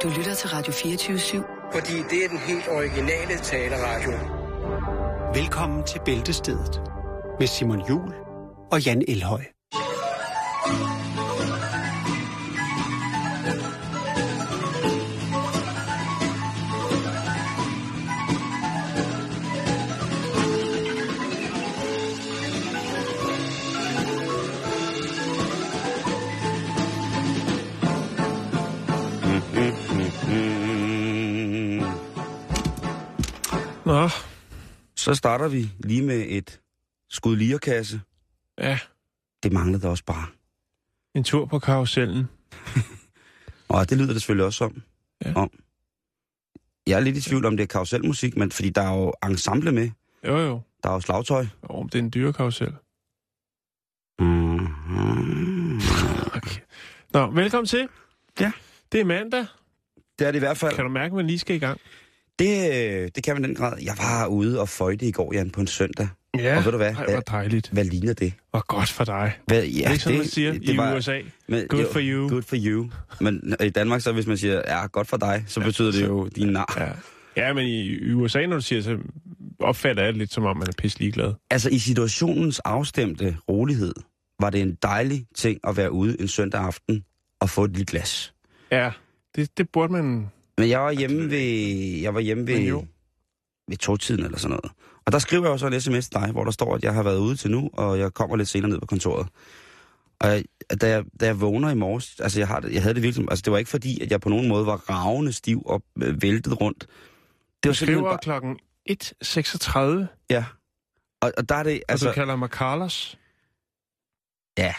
Du lytter til Radio 24/7. Fordi det er den helt originale taleradio. Velkommen til Bæltestedet med Simon Juhl og Jan Elhøj. Nå, så starter vi lige med et skud lierkasse. Ja. Det manglede også bare. En tur på karusellen. Og det lyder det selvfølgelig også om. Ja. Om. Jeg er lidt i tvivl om det er karuselmusik, men fordi der er jo ensemble med. Jo. Der er jo slagtøj. Jo, det er en dyre karusel. Mm-hmm. Okay. Nå, velkommen til. Ja. Det er mandag. Det er det i hvert fald. Kan du mærke, at man lige skal i gang? Det kan man i den grad. Jeg var ude og føjte i går, Jan, på en søndag. Ja, og ved du hvad? Ej, hvor dejligt. Hvad ligner det? Hvor godt for dig. Ja, det er ikke sådan, man siger det i var, USA. Men, Good for you. Good for you. Men i Danmark, så hvis man siger, ja, godt for dig, så betyder det jo, din nar. Ja, men i USA, når du siger, så opfatter jeg det lidt, som om man er pisse ligeglad. Altså, i situationens afstemte rolighed, var det en dejlig ting at være ude en søndag aften og få et lille glas. Ja, det burde man... Men jeg var hjemme ved togtiden eller sådan noget. Og der skriver jeg også en sms til dig, hvor der står, at jeg har været ude til nu, og jeg kommer lidt senere ned på kontoret. Og da jeg vågner i morges, altså jeg havde det virkelig, altså det var ikke fordi, at jeg på nogen måde var ravende stiv og væltet rundt. Det var skriver bare... klokken 1.36. Ja. Og der er det, altså... Og du kalder mig Carlos? Ja.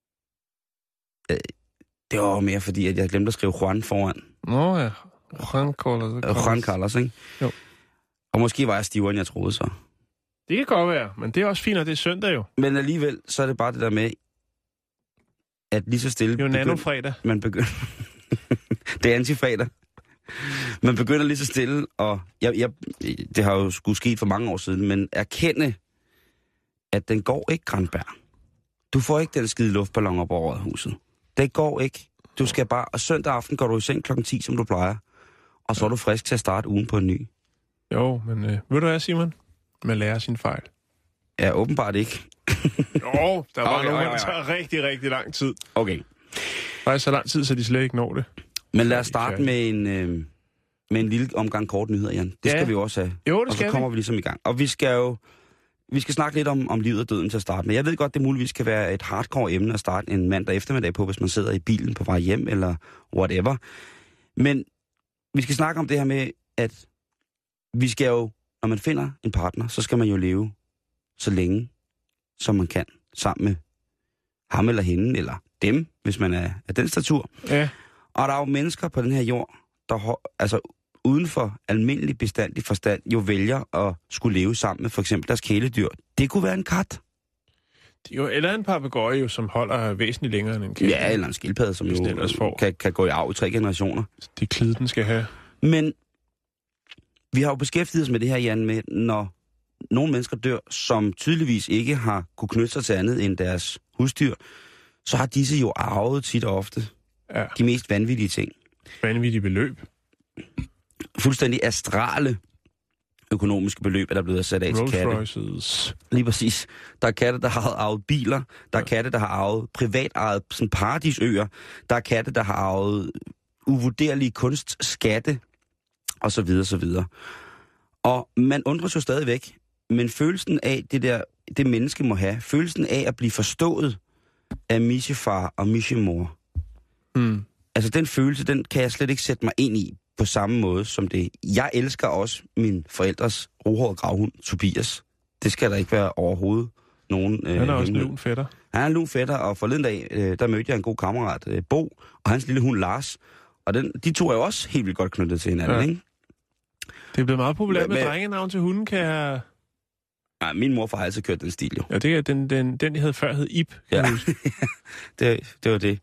Det var mere fordi, at jeg glemte at skrive Juan foran. Nå ja, Juan Carlos. Juan Carlos, ikke? Jo. Og måske var jeg stivere, end jeg troede så. Det kan godt være, men det er også fint, at det er søndag jo. Men alligevel, så er det bare det der med, at lige så stille... Det er jo nanofredag. Man begynder... det er antifredag. Man begynder lige så stille, og det har jo skulle sket for mange år siden, men erkende, at den går ikke, Granberg. Du får ikke den skide luftballon op over huset. Det går ikke. Du skal bare... Og søndag aften går du i seng klokken 10, som du plejer. Og så er du frisk til at starte ugen på en ny. Jo, men ved du hvad, Simon? Man lærer sin fejl. Ja, åbenbart ikke. Jo, der var nogen, der tager rigtig, rigtig lang tid. Okay. Faktisk så lang tid, så de slet ikke når det. Men lad os starte med en lille omgang kort nyheder, Jan. Det skal vi jo også have. Jo, det skal vi. Og så kommer vi ligesom i gang. Og vi skal snakke lidt om livet og døden til at starte med. Jeg ved godt, det muligvis kan være et hardcore emne at starte en mandag eftermiddag på, hvis man sidder i bilen på vej hjem eller whatever. Men vi skal snakke om det her med, at vi skal jo, når man finder en partner, så skal man jo leve så længe, som man kan, sammen med ham eller hende, eller dem, hvis man er af den statur. Ja. Og der er jo mennesker på den her jord, der altså uden for almindelig bestandig forstand, jo vælger at skulle leve sammen med for eksempel deres kæledyr. Det kunne være en kat. Jo, eller en papegøje, som holder væsentligt længere end en kat. Ja, eller en skildpadde, som jo kan gå i arv i 3 generationer. De klid, den skal have. Men vi har jo beskæftiget os med det her, Jan, med når nogle mennesker dør, som tydeligvis ikke har kunne knytte sig til andet end deres husdyr, så har disse jo arvet tit og ofte de mest vanvittige ting. Vanvittige beløb. Fuldstændig astrale økonomiske beløb, er der blevet sat af til katte. Rolls-Royces. Lige præcis. Der er katte, der har arvet biler. Der er katte, der har arvet privatejet sådan paradisøer. Der er katte, der har arvet uvurderlige kunstskatte, og så videre, så videre. Og man undrer sig stadigvæk, men følelsen af det menneske må have, følelsen af at blive forstået af michefar og michemor, altså den følelse, den kan jeg slet ikke sætte mig ind i på samme måde som det. Jeg elsker også min forældres rohårede gravhund, Tobias. Det skal der ikke være overhovedet nogen... Han er også en lun fætter. Han er en lun fætter, og forleden dag, der mødte jeg en god kammerat, Bo, og hans lille hund, Lars. Og de to er jo også helt vildt godt knyttet til hinanden, ikke? Det er blevet meget populært med drengenavn til hunden, kan jeg... Nej, min mor har altid kørt den stil, jo. Ja, det er den de havde før, hed Ib. Ja, det var det.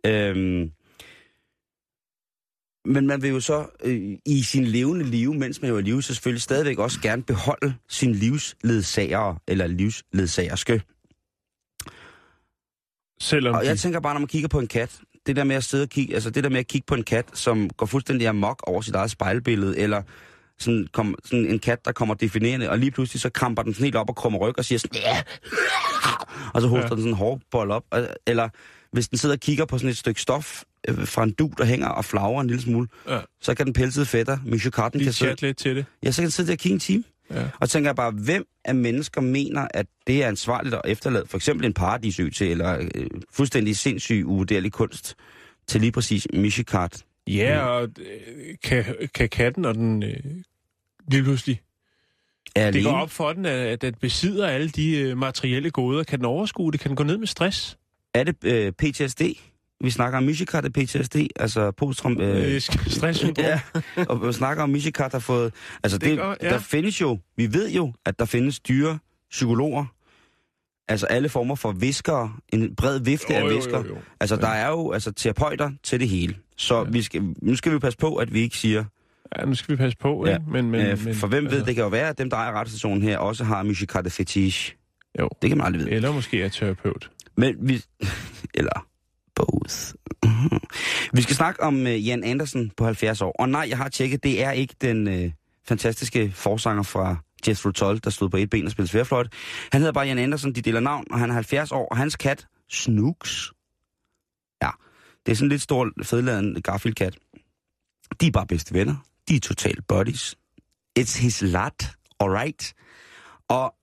Men man vil jo så i sin levende liv, mens man jo er i live, så selvfølgelig stadigvæk også gerne beholde sin livsledsager eller livsledsagerske. Selvom og jeg tænker bare, når man kigger på en kat, det der med at sidde og kigge, altså det der med at kigge på en kat, som går fuldstændig amok over sit eget spejlbillede, eller sådan en kat, der kommer definerende, og lige pludselig så kramper den sådan helt op og krummer ryg og siger sådan, ja, og så hoster den sådan en hårbold op, eller hvis den sidder og kigger på sådan et stykke stof fra en dug, der hænger og flagrer en lille smule, så kan den pelsede fætter, Michokatten, kan sidde lidt til det. Ja, så kan den sidde der og kigge en time. Ja. Og tænker jeg bare, hvem af mennesker mener, at det er ansvarligt at efterlade for eksempel en paradisø til, eller fuldstændig sindssyg, uvurderlig kunst til lige præcis Michikat? Ja, og kan katten og den lige pludselig... Det går op for den, at den besidder alle de materielle goder. Kan den overskue det? Kan den gå ned med stress? Er det PTSD? Vi snakker om Michikat og PTSD, altså stresssyndrom. Ja, og vi snakker om Michikat har fået... Altså der findes jo, vi ved jo, at der findes dyre psykologer, altså alle former for viskere, en bred vifte af viskere. Altså der er jo terapeuter til det hele. Så nu skal vi passe på, at vi ikke siger... Ja, nu skal vi passe på, ja. Men for hvem ved, det kan jo være, at dem, der ejer retsstationen her, også har Michikat fetish. Jo. Det kan man aldrig vide. Eller måske er terapeut. Men vi... Eller... both. Vi skal snakke om Jan Andersen på 70 år. Og nej, jeg har tjekket, det er ikke den fantastiske forsanger fra Jethro Tull, der stod på et ben og spillede sværfløjte. Han hedder bare Jan Andersen, de deler navn, og han er 70 år, og hans kat, Snooks. Ja, det er sådan en lidt stor, fedladen Garfield-kat. De er bare bedste venner. De er totalt buddies. It's his lot, alright. Og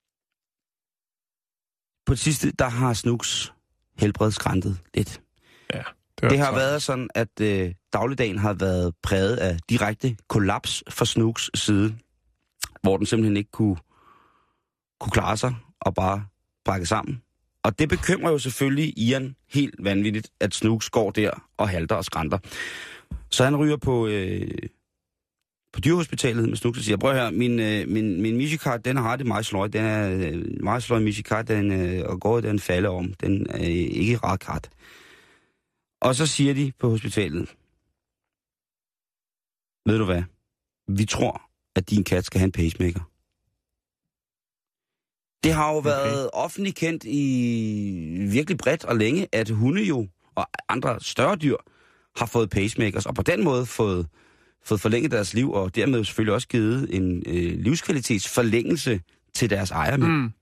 på det sidste, der har Snooks helbred skræntet lidt. Ja, det har været sådan, at dagligdagen har været præget af direkte kollaps fra Snooks side, hvor den simpelthen ikke kunne klare sig og bare pakke sammen. Og det bekymrer jo selvfølgelig Ian helt vanvittigt, at Snooks går der og halter og skrænter. Så han ryger på dyrehospitalet med Snooks og siger, prøv at høre, min Michikat, den har det meget sløj. Den er meget sløj Michikat, og går i den faldeorm. Den er ikke ret kat. Og så siger de på hospitalet, ved du hvad, vi tror, at din kat skal have en pacemaker. Det har jo været offentligt kendt i virkelig bredt og længe, at hunde jo, og andre større dyr, har fået pacemakers, og på den måde fået forlænget deres liv, og dermed selvfølgelig også givet en livskvalitetsforlængelse til deres ejer med. Mm.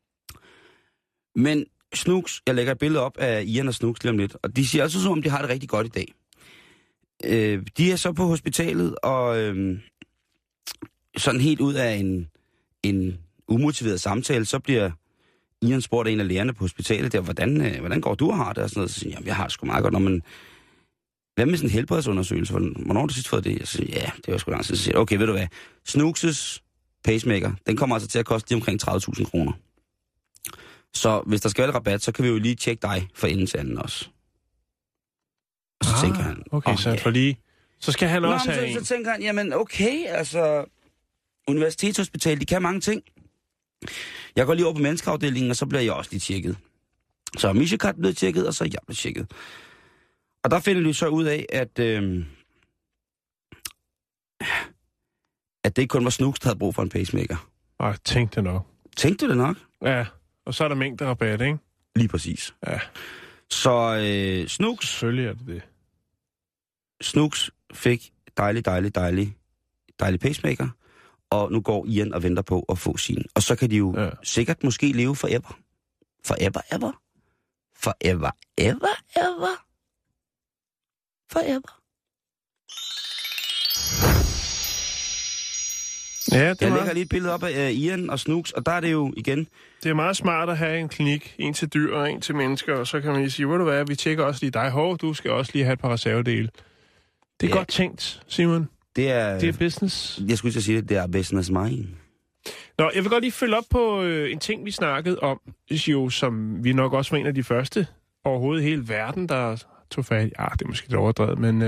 Men Snooks, jeg lægger et billede op af Ian og Snooks lige om lidt, og de siger altså så, om de har det rigtig godt i dag. De er så på hospitalet, og sådan helt ud af en umotiveret samtale, så bliver Ian spurgt af en af lærerne på hospitalet, der, hvordan går du og har det? Og sådan noget. Så siger jeg, jeg har det sgu meget godt, men hvad med sådan en helbredsundersøgelse? Hvornår har du sidst fået det? Jeg siger, ja, det var sgu lang tid. Så siger jeg, okay, ved du hvad? Snooks' pacemaker, den kommer altså til at koste lige omkring 30.000 kroner. Så hvis der skal være et rabat, så kan vi jo lige tjekke dig for enden til anden også. Og så tænker han... Okay, så for lige... Så skal han også have så tænker han, jamen okay, altså... Universitetshospital, de kan mange ting. Jeg går lige over på menneskeafdelingen, og så bliver jeg også lige tjekket. Så Michikat blev tjekket, og så jeg blev tjekket. Og der finder de så ud af, at det ikke kun var Snooks, der havde brug for en pacemaker. Tænkte nok. Tænkte du det nok? Ja, og så er der mængderabat, ikke? Lige præcis. Ja. Så Snooks... Selvfølgelig er det. Snooks fik dejlig pacemaker, og nu går Ian og venter på at få sin. Og så kan de jo sikkert måske leve forever. Forever. Ja, det jeg lægger lige et billede op af Ian og Snooks, og der er det jo igen... Det er meget smart at have en klinik, en til dyr og en til mennesker, og så kan man lige sige, ved du hvad, vi tjekker også lige dig. Du skal også lige have et par reservedele. Det er godt tænkt, Simon. Det er business. Jeg skulle sige det er business mind. Nå, jeg vil godt lige følge op på en ting, vi snakkede om, jo, som vi nok også var en af de første overhovedet i hele verden, der tog fat i. Det er måske lidt overdrevet, men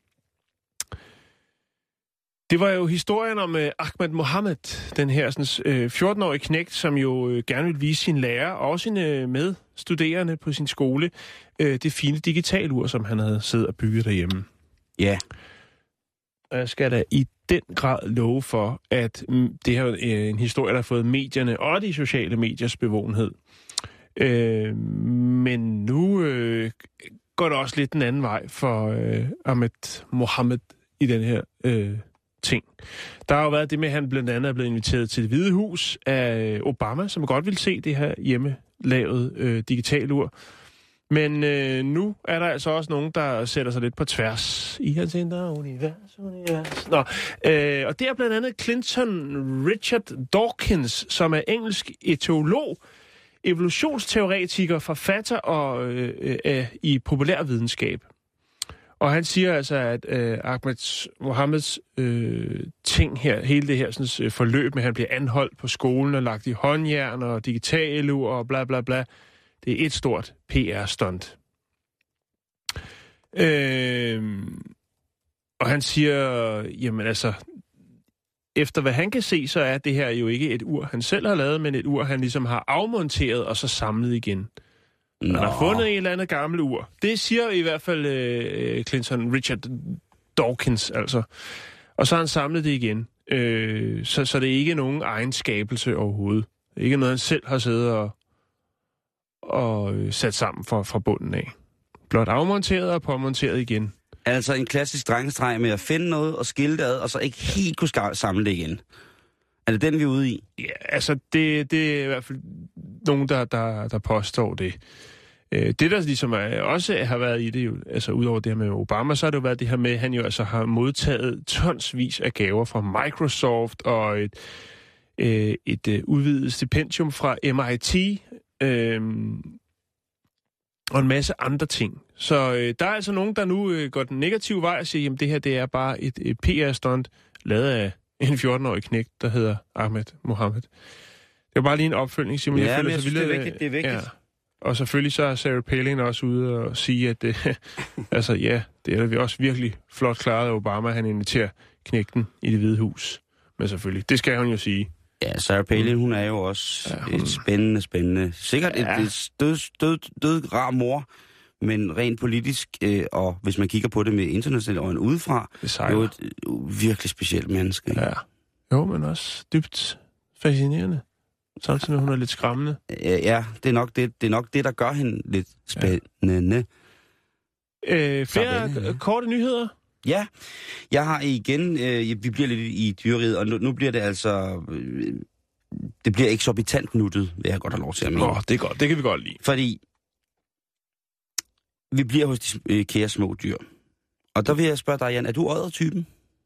det var jo historien om Ahmed Mohammed, den her sådan, 14-årige knægt, som jo gerne ville vise sin lærer og sine medstuderende på sin skole det fine digitalur, som han havde siddet og bygget derhjemme. Ja. Og jeg skal da i den grad love for, at det her er en historie, der har fået medierne og de sociale mediers bevågenhed. Men nu går det også lidt den anden vej for Ahmed Mohammed i den her ting. Der har jo været det med, at han blandt andet er blevet inviteret til Det Hvide Hus af Obama, som godt vil se det her hjemmelavede digitalur. Men nu er der altså også nogen, der sætter sig lidt på tværs i hans indre univers. Og det er blandt andet Clinton Richard Dawkins, som er engelsk etolog, evolutionsteoretiker, forfatter og i populærvidenskab. Og han siger altså, at Ahmed Mohammeds ting her, hele det her sådan, forløb med, at han bliver anholdt på skolen og lagt i håndjern og digitalur og bla bla bla, det er et stort PR-stunt. Og han siger, jamen altså, efter hvad han kan se, så er det her jo ikke et ur, han selv har lavet, men et ur, han ligesom har afmonteret og så samlet igen. Han har fundet en eller anden gammel ur. Det siger i hvert fald Clinton Richard Dawkins, altså. Og så har han samlet det igen. Så det er ikke nogen egen skabelse overhovedet. Det er ikke noget, han selv har siddet og sat sammen fra bunden af. Blot afmonteret og påmonteret igen. Altså en klassisk drengestreg med at finde noget og skille det ad, og så ikke helt kunne samle det igen. Er det den, vi er ude i? Ja, altså det er i hvert fald nogen, der påstår det. Det, der ligesom også har været i det, jo, altså udover det her med Obama, så har det jo været det her med, at han jo altså har modtaget tonsvis af gaver fra Microsoft og et udvidet stipendium fra MIT og en masse andre ting. Så der er altså nogen, der nu går den negative vej og siger, jamen det her, det er bare et PR-stunt, lavet af en 14-årig knægt, der hedder Ahmed Mohammed. Det var bare lige en opfølgning, Simon. Ja, men jeg synes, det er vigtigt. Det er vigtigt. Ja. Og selvfølgelig så er Sarah Palin også ude og sige, at altså ja, det er vi også virkelig flot klaret af Obama, han inviterer knægten i Det Hvide Hus. Men selvfølgelig, det skal hun jo sige. Ja, Sarah Palin, hun er jo også et spændende. Sikkert et død rar mor, men rent politisk, og hvis man kigger på det med internationale øjne udefra, er jo et virkelig specielt menneske. Ja, jo, men også dybt fascinerende. Samtidig med, hun er lidt skræmmende. Ja, det er nok det, der gør hende lidt spændende. Flere korte nyheder? Ja, jeg har igen, vi bliver lidt i dyreriget, og nu bliver det altså, det bliver eksorbitant nuttet, vil jeg godt have lov til at mene. Det er godt, det kan vi godt lide. Fordi vi bliver hos de kære små dyr. Og der vil jeg spørge dig, Jan, er du odder-typen?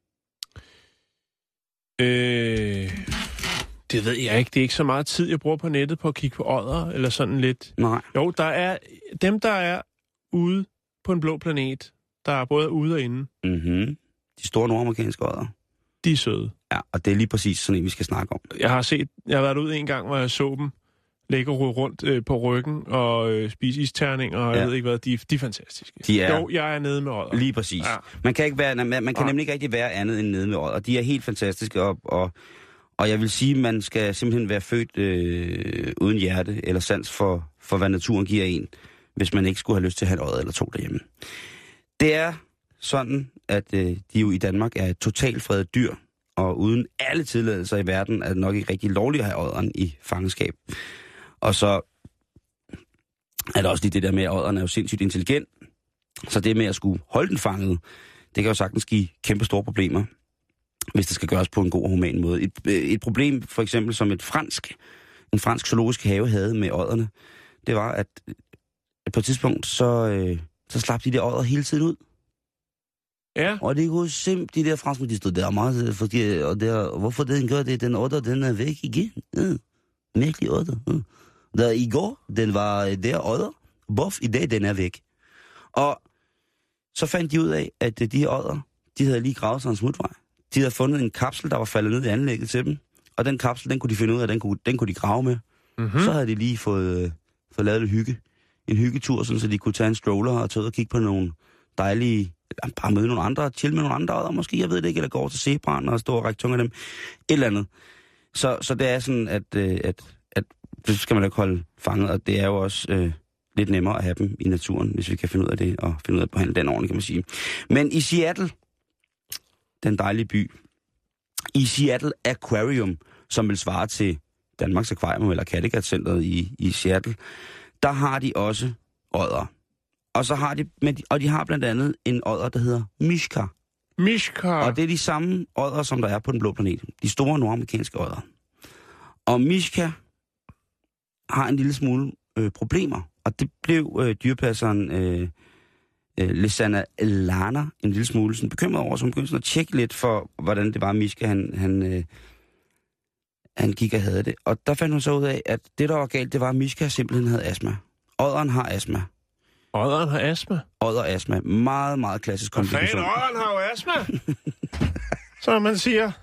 Det ved jeg ikke. Det er ikke så meget tid, jeg bruger på nettet på at kigge på odder, eller sådan lidt. Nej. Jo, der er dem, der er ude på en blå planet, der er både ude og inde. Mhm. De store nordamerikanske odder. De er søde. Ja, og det er lige præcis sådan en, vi skal snakke om. Jeg har været ude en gang, hvor jeg så dem ligge og rode rundt på ryggen og spise isterninger, og jeg ved ikke hvad, de er fantastiske. Jo, jeg er nede med odder. Lige præcis. Ja. Man kan nemlig ikke rigtig være andet end nede med odder. De er helt fantastiske, og jeg vil sige, man skal simpelthen være født uden hjerte eller sans for, hvad naturen giver en, hvis man ikke skulle have lyst til at have et odder eller to derhjemme. Det er sådan, at de jo i Danmark er et totalt fredet dyr, og uden alle tilladelser i verden er det nok ikke rigtig lovligt at have odderen i fangenskab. Og så er der også lige det der med, at odderen er jo sindssygt intelligent, så det med at skulle holde den fanget, det kan jo sagtens give kæmpe store problemer, hvis det skal gøres på en god og human måde. Et problem, for eksempel som en fransk zoologisk have havde med odderne, det var, at på et tidspunkt, så slap de der odder hele tiden ud. Ja. Og det kunne simpelthen, de der franskmænd, de stod der meget, fordi, og der, hvorfor den gør det, den odder, den er væk igen. Mærkelig odder. Der i går, den var der odder, bof, i dag, den er væk. Og så fandt de ud af, at de her odder, de havde lige gravet sig en smutvej. De havde fundet en kapsel, der var faldet ned i anlægget til dem. Og den kapsel, den kunne de finde ud af, den kunne de grave med. Mm-hmm. Så havde de lige fået lavet lidt hygge. En hyggetur, sådan, så de kunne tage en stroller og tage ud og kigge på nogle dejlige, bare møde nogle andre, chill med nogle andre odder måske, jeg ved det ikke, eller gå over til zebraen og stå og række tunge af dem. Et eller andet. Så det er sådan, at det skal man ikke holde fanget, og det er jo også lidt nemmere at have dem i naturen, hvis vi kan finde ud af det, og finde ud af at behandle den ordentligt, kan man sige. Men i Seattle, den dejlige by, i Seattle Aquarium, som vil svare til Danmarks Akvarium eller Kattegat-centret i Seattle, der har de også odder. Og så har de har blandt andet en odder, der hedder Mishka. Mishka. Og det er de samme odder, som der er på den blå planet. De store nordamerikanske odder. Og Mishka har en lille smule problemer. Og det blev dyrepasseren Lisanna Lana en lille smule sådan bekymret over, så hun begyndte sådan at tjekke lidt for, hvordan det var, Mishka han gik og havde det. Og der fandt hun så ud af, at det, der var galt, det var, at Mishka simpelthen havde astma. Odderen har astma. Odderen har astma? Odder-astma. Meget, meget klassisk komplikation. Hvad fanden, odderen har jo astma? Som man siger.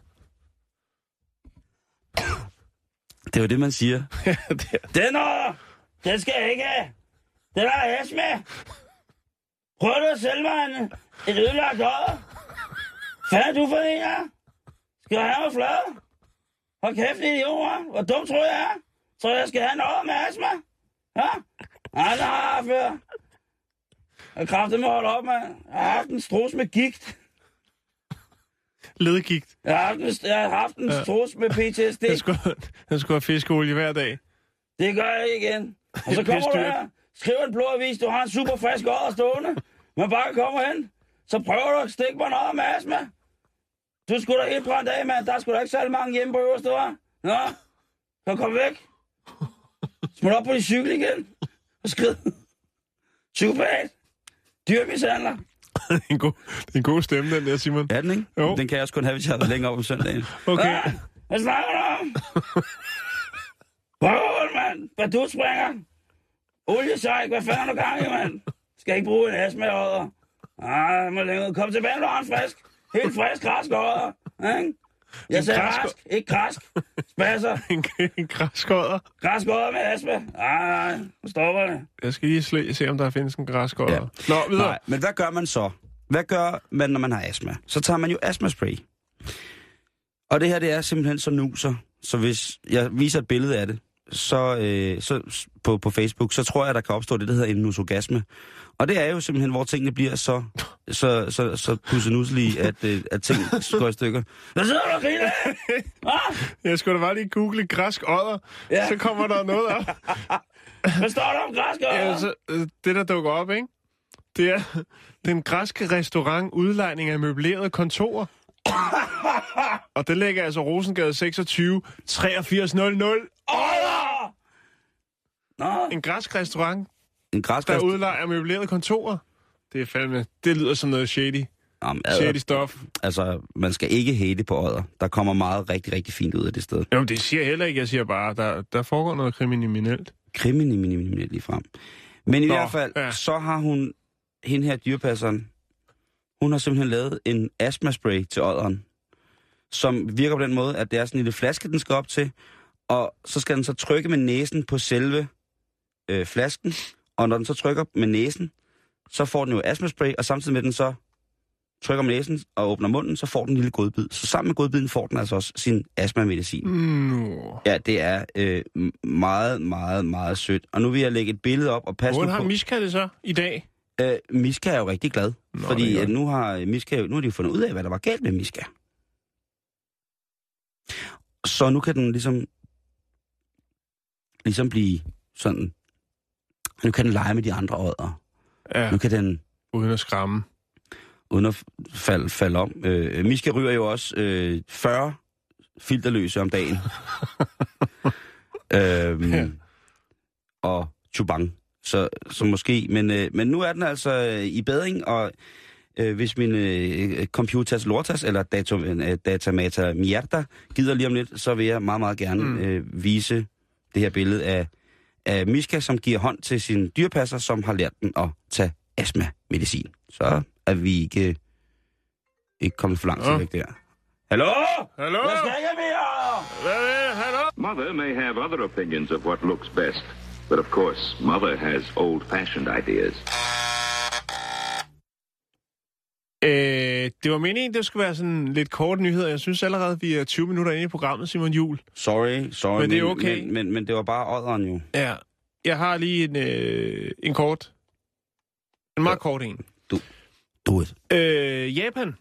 Det er jo det, man siger. Den odder, den skal jeg ikke have. Den har astma. Prøv du at sælge mig et ødelagt odder? Hvad er du for en her? Skal jeg have mig flad? Hold kæft, idioter. Hvor dumt tror jeg er? Tror jeg skal have en odder med astma? Ja? Nej, det har jeg før. Jeg kraftedeme holde op, mand. Jeg har haft en strus med gigt. Ledgigt. Jeg har haft en strus med PTSD. Den skulle have fiskeolie hver dag. Det gør jeg igen. Og så kommer du her, skriver en blå avis, du har en super frisk odder stående. Men bare kommer hen, så prøver du at stikke mig noget med astma. Du skulle da helt brændt af, mand. Der er sgu da ikke særlig mange hjemme på øverste, hva'? Nå, så kom væk. Smut op på din cykel igen. Og skrid. Psykopat. Dyrmishandler. Det er en god stemme, den der, Simon. Er den, ikke? Jo. Den kan jeg også kun have, hvis jeg har været længere op om søndagen. Okay. Ja, hvad snakker du om? Hvor mand? Hvad du springer? Oliesejk, hvad fanden er du gang i, mand? Skal ikke bruge en astma-odder? Nej, må længere. Kom tilbage, når du har en frisk. Helt frisk, græsk odder. Ikke? Jeg sagde rask, ikke græsk. Spasser. En græskodder. Græsk odder med astma. Nej, nu stopper det. Jeg skal lige se, om der findes en græskodder. Ja. Nå, videre. Nej, men hvad gør man så? Hvad gør man, når man har astma? Så tager man jo astmaspray. Og det her, det er simpelthen så nuser. Så hvis jeg viser et billede af det, så på Facebook, så tror jeg, der kan opstå det, der hedder en nusogasme. Og det er jo simpelthen, hvor tingene bliver så pussenusselige, at ting går i stykker. Hvad sidder du og griner? Jeg skulle da bare lige google græsk odder, ja. Så kommer der noget op. Hvad står der om græsk odder? Ja, så, det, der dukker op, ikke? Det er den græske restaurant udlejning af møblerede kontorer. Og det ligger altså Rosengade 26 8300. Odder! En græsk restaurant, der udlejer møblerede kontorer. Det er fandme, det lyder som noget shady. Shady stuff. Altså, man skal ikke hate på odder. Der kommer meget rigtig, rigtig fint ud af det sted. Jamen, det siger jeg heller ikke. Jeg siger bare, der foregår noget kriminelt. Kriminelt lige frem. Men i hvert fald, så har hun, hende her dyrepasseren, hun har simpelthen lavet en astmaspray til odderen, som virker på den måde, at det er sådan en lille flaske, den skal op til, og så skal den så trykke med næsen på selve flasken, og når den så trykker med næsen, så får den jo astmaspray, og samtidig med den så trykker med næsen og åbner munden, så får den en lille godbid. Så sammen med godbiden får den altså også sin astmamedicin. Ja, det er meget, meget, meget sødt. Og nu vil jeg lægge et billede op og passe på. Hvordan har Mishka det så i dag? Mishka er jo rigtig glad, fordi nu har de jo fundet ud af, hvad der var galt med Mishka. Så nu kan den ligesom blive sådan. Nu kan den lege med de andre odder. Ja. Nu kan den uden at skræmme. Uden at falde om. Mishka ryger jo også 40 filterløse om dagen. Og chubang. Så måske, men nu er den altså i bedring, og hvis min computers lortas, eller datamata mierda, gider lige om lidt, så vil jeg meget, meget gerne vise det her billede af Mishka, som giver hånd til sin dyrepasser, som har lært den at tage astma-medicin. Så er vi ikke kommet for langt væk der. Hallo? Hallo? Jeg skal ikke mere! Hallo? Mother may have other opinions of what looks best, but of course, Mother has old-fashioned ideas. Det var meningen, det skulle være sådan lidt kort nyheder. Jeg synes allerede, vi er 20 minutter inde i programmet, Simon Juhl. Sorry. Men det er okay. Men det var bare odderen jo. Ja. Jeg har lige en kort. En meget kort en. Do it. Japan.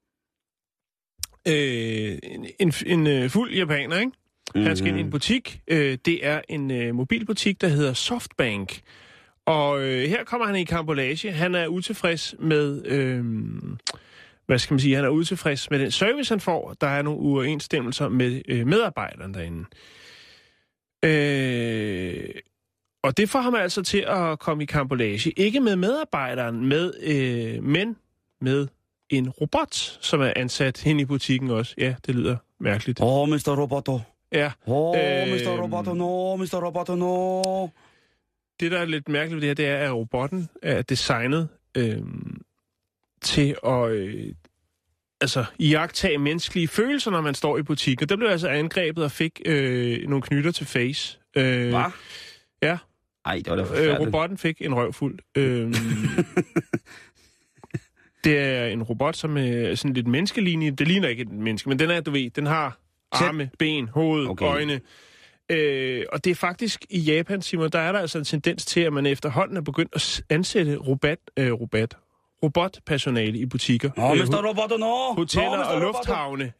En fuld japaner, ikke? Han skal ind i en butik. Det er en mobilbutik, der hedder Softbank. Og her kommer han i karambolage. Han er utilfreds med, hvad skal man sige, han er utilfreds med den service, han får. Der er nogle uoverensstemmelser med medarbejderen derinde. Og det får ham altså til at komme i karambolage. Ikke med medarbejderen, men med en robot, som er ansat hen i butikken også. Ja, det lyder mærkeligt. Mr. Roboto. Ja. Mr. Roboto, no, Mr. Roboto, no. Det, der er lidt mærkeligt ved det her, det er, at robotten er designet til at iagttage menneskelige følelser, når man står i butikken. Der blev altså angrebet og fik nogle knytter til face. Hvad? Ja. Ej, det var da forfærdeligt. Robotten fik en røvfuld. Det er en robot, som er sådan lidt menneskelignende. Det ligner ikke et menneske, men den er, du ved, den har arme, ben, hoved, øjne. Og det er faktisk i Japan, Simon, der er der altså en tendens til, at man efterhånden er begyndt at ansætte robotpersonale i butikker. Hoteller og lufthavne.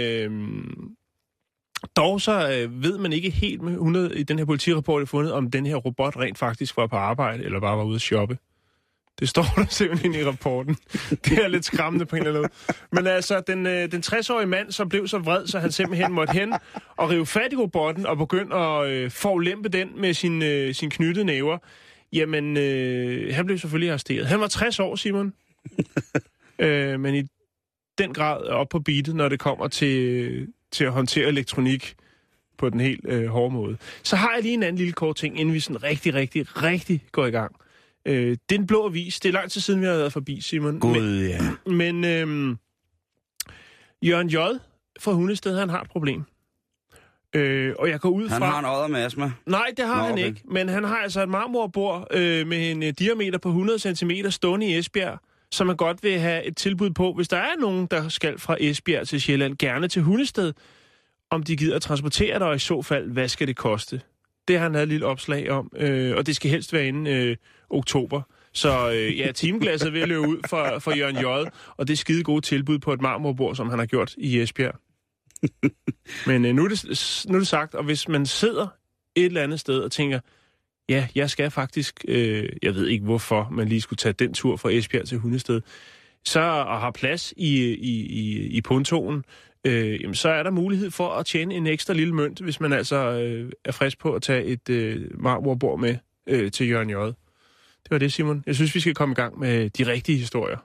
Dog så ved man ikke helt med 100 i den her politirapport, jeg fundet, om den her robot rent faktisk var på arbejde, eller bare var ude at shoppe. Det står der simpelthen i rapporten. Det er lidt skræmmende på en eller anden måde. Men altså, den 60-årige mand, som blev så vred, så han simpelthen måtte hen og rive fat i robotten og begynde at forulempe den med sin knyttede næver. Jamen, han blev selvfølgelig arresteret. Han var 60 år, Simon. Men i den grad op på beatet, når det kommer til at håndtere elektronik på den helt hårde måde. Så har jeg lige en anden lille kort ting, inden vi sådan rigtig går i gang. Det er en blå avis. Det er lang tid siden, vi har været forbi, Simon. Men Jørgen J. fra Hundested, han har et problem. Og jeg går ud fra... Han har en odder med astma. Nej, det har han ikke. Men han har altså et marmorbord med en diameter på 100 cm stående i Esbjerg, som man godt vil have et tilbud på, hvis der er nogen, der skal fra Esbjerg til Sjælland, gerne til Hundested, om de gider at transportere det, og i så fald, hvad skal det koste? Det har han havde et lille opslag om, og det skal helst være inden oktober. Så timeglasset vil løbe ud for Jørgen J., og det er skide gode tilbud på et marmorbord, som han har gjort i Esbjerg. Men nu er det sagt, og hvis man sidder et eller andet sted og tænker, ja, jeg skal faktisk, jeg ved ikke hvorfor man lige skulle tage den tur fra Esbjerg til Hundested, så og har plads i pontonen, jamen, så er der mulighed for at tjene en ekstra lille mønt, hvis man altså er frisk på at tage et marmorbord med til Jørgen J. Det var det, Simon. Jeg synes, vi skal komme i gang med de rigtige historier.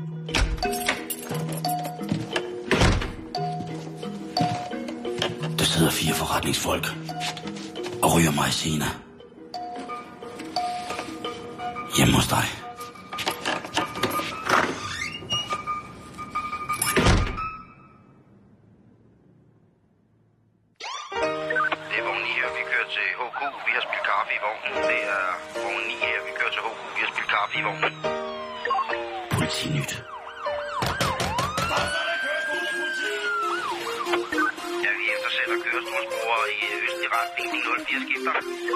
Der sidder 4 forretningsfolk og ryger maizena hjemme hos dig. Det er vogn 9 her, vi kører til HK. Vi har spillet kaffe i vognen. Det er vogn 9 her, vi kører til HK. Vi har spillet kaffe i vognen. Politinyt. Ja, vi eftersætter kørestolsbrugere i østlig retning. De 04 skifter.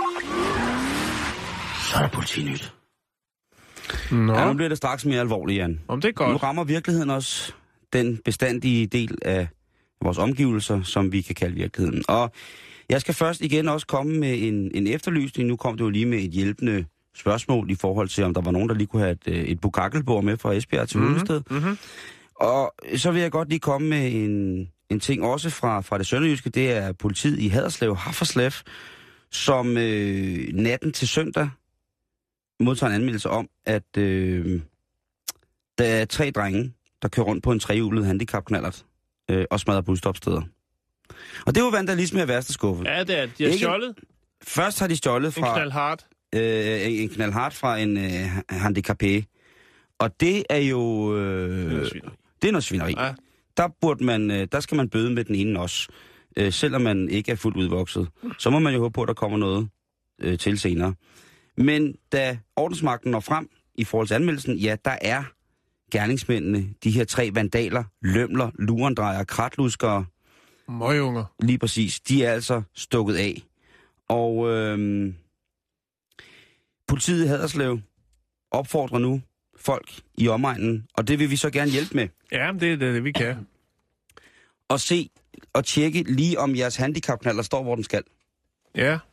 Så er der politinyt. Nå. Ja, nu bliver det straks mere alvorligt, Jan. Om det er godt. Nu rammer virkeligheden også den bestandige del af vores omgivelser, som vi kan kalde virkeligheden. Og jeg skal først igen også komme med en efterlysning. Nu kom det jo lige med et hjælpende spørgsmål i forhold til, om der var nogen, der lige kunne have et bukakkelbord med fra Esbjerg til Hundested. Mm-hmm. Og så vil jeg godt lige komme med en ting også fra det sønderjyske. Det er politiet i Haderslev, Haferslev, som natten til søndag modtager en anmeldelse om, at der er 3 drenge, der kører rundt på en trehjulet handicapknallert og smadrer busstopsteder. Og det er jo vandalisme af værste skuffe. Ja, det er. De har stjålet. Først har de stjålet fra... En knaldhardt fra en handicapé. Og det er jo... det er noget svineri. Ja. Der skal man bøde med den ene også. Selvom man ikke er fuldt udvokset. Så må man jo håbe på, at der kommer noget til senere. Men da ordensmagten når frem i forhold til anmeldelsen, ja, der er gerningsmændene, de her 3 vandaler, lømler, lurendrejer, kratluskere. Møgunger. Lige præcis. De er altså stukket af. Og politiet i Haderslev opfordrer nu folk i omegnen, og det vil vi så gerne hjælpe med. Ja, det er det, vi kan. Og se og tjekke lige, om jeres handicapknaller står, hvor den skal. Ja,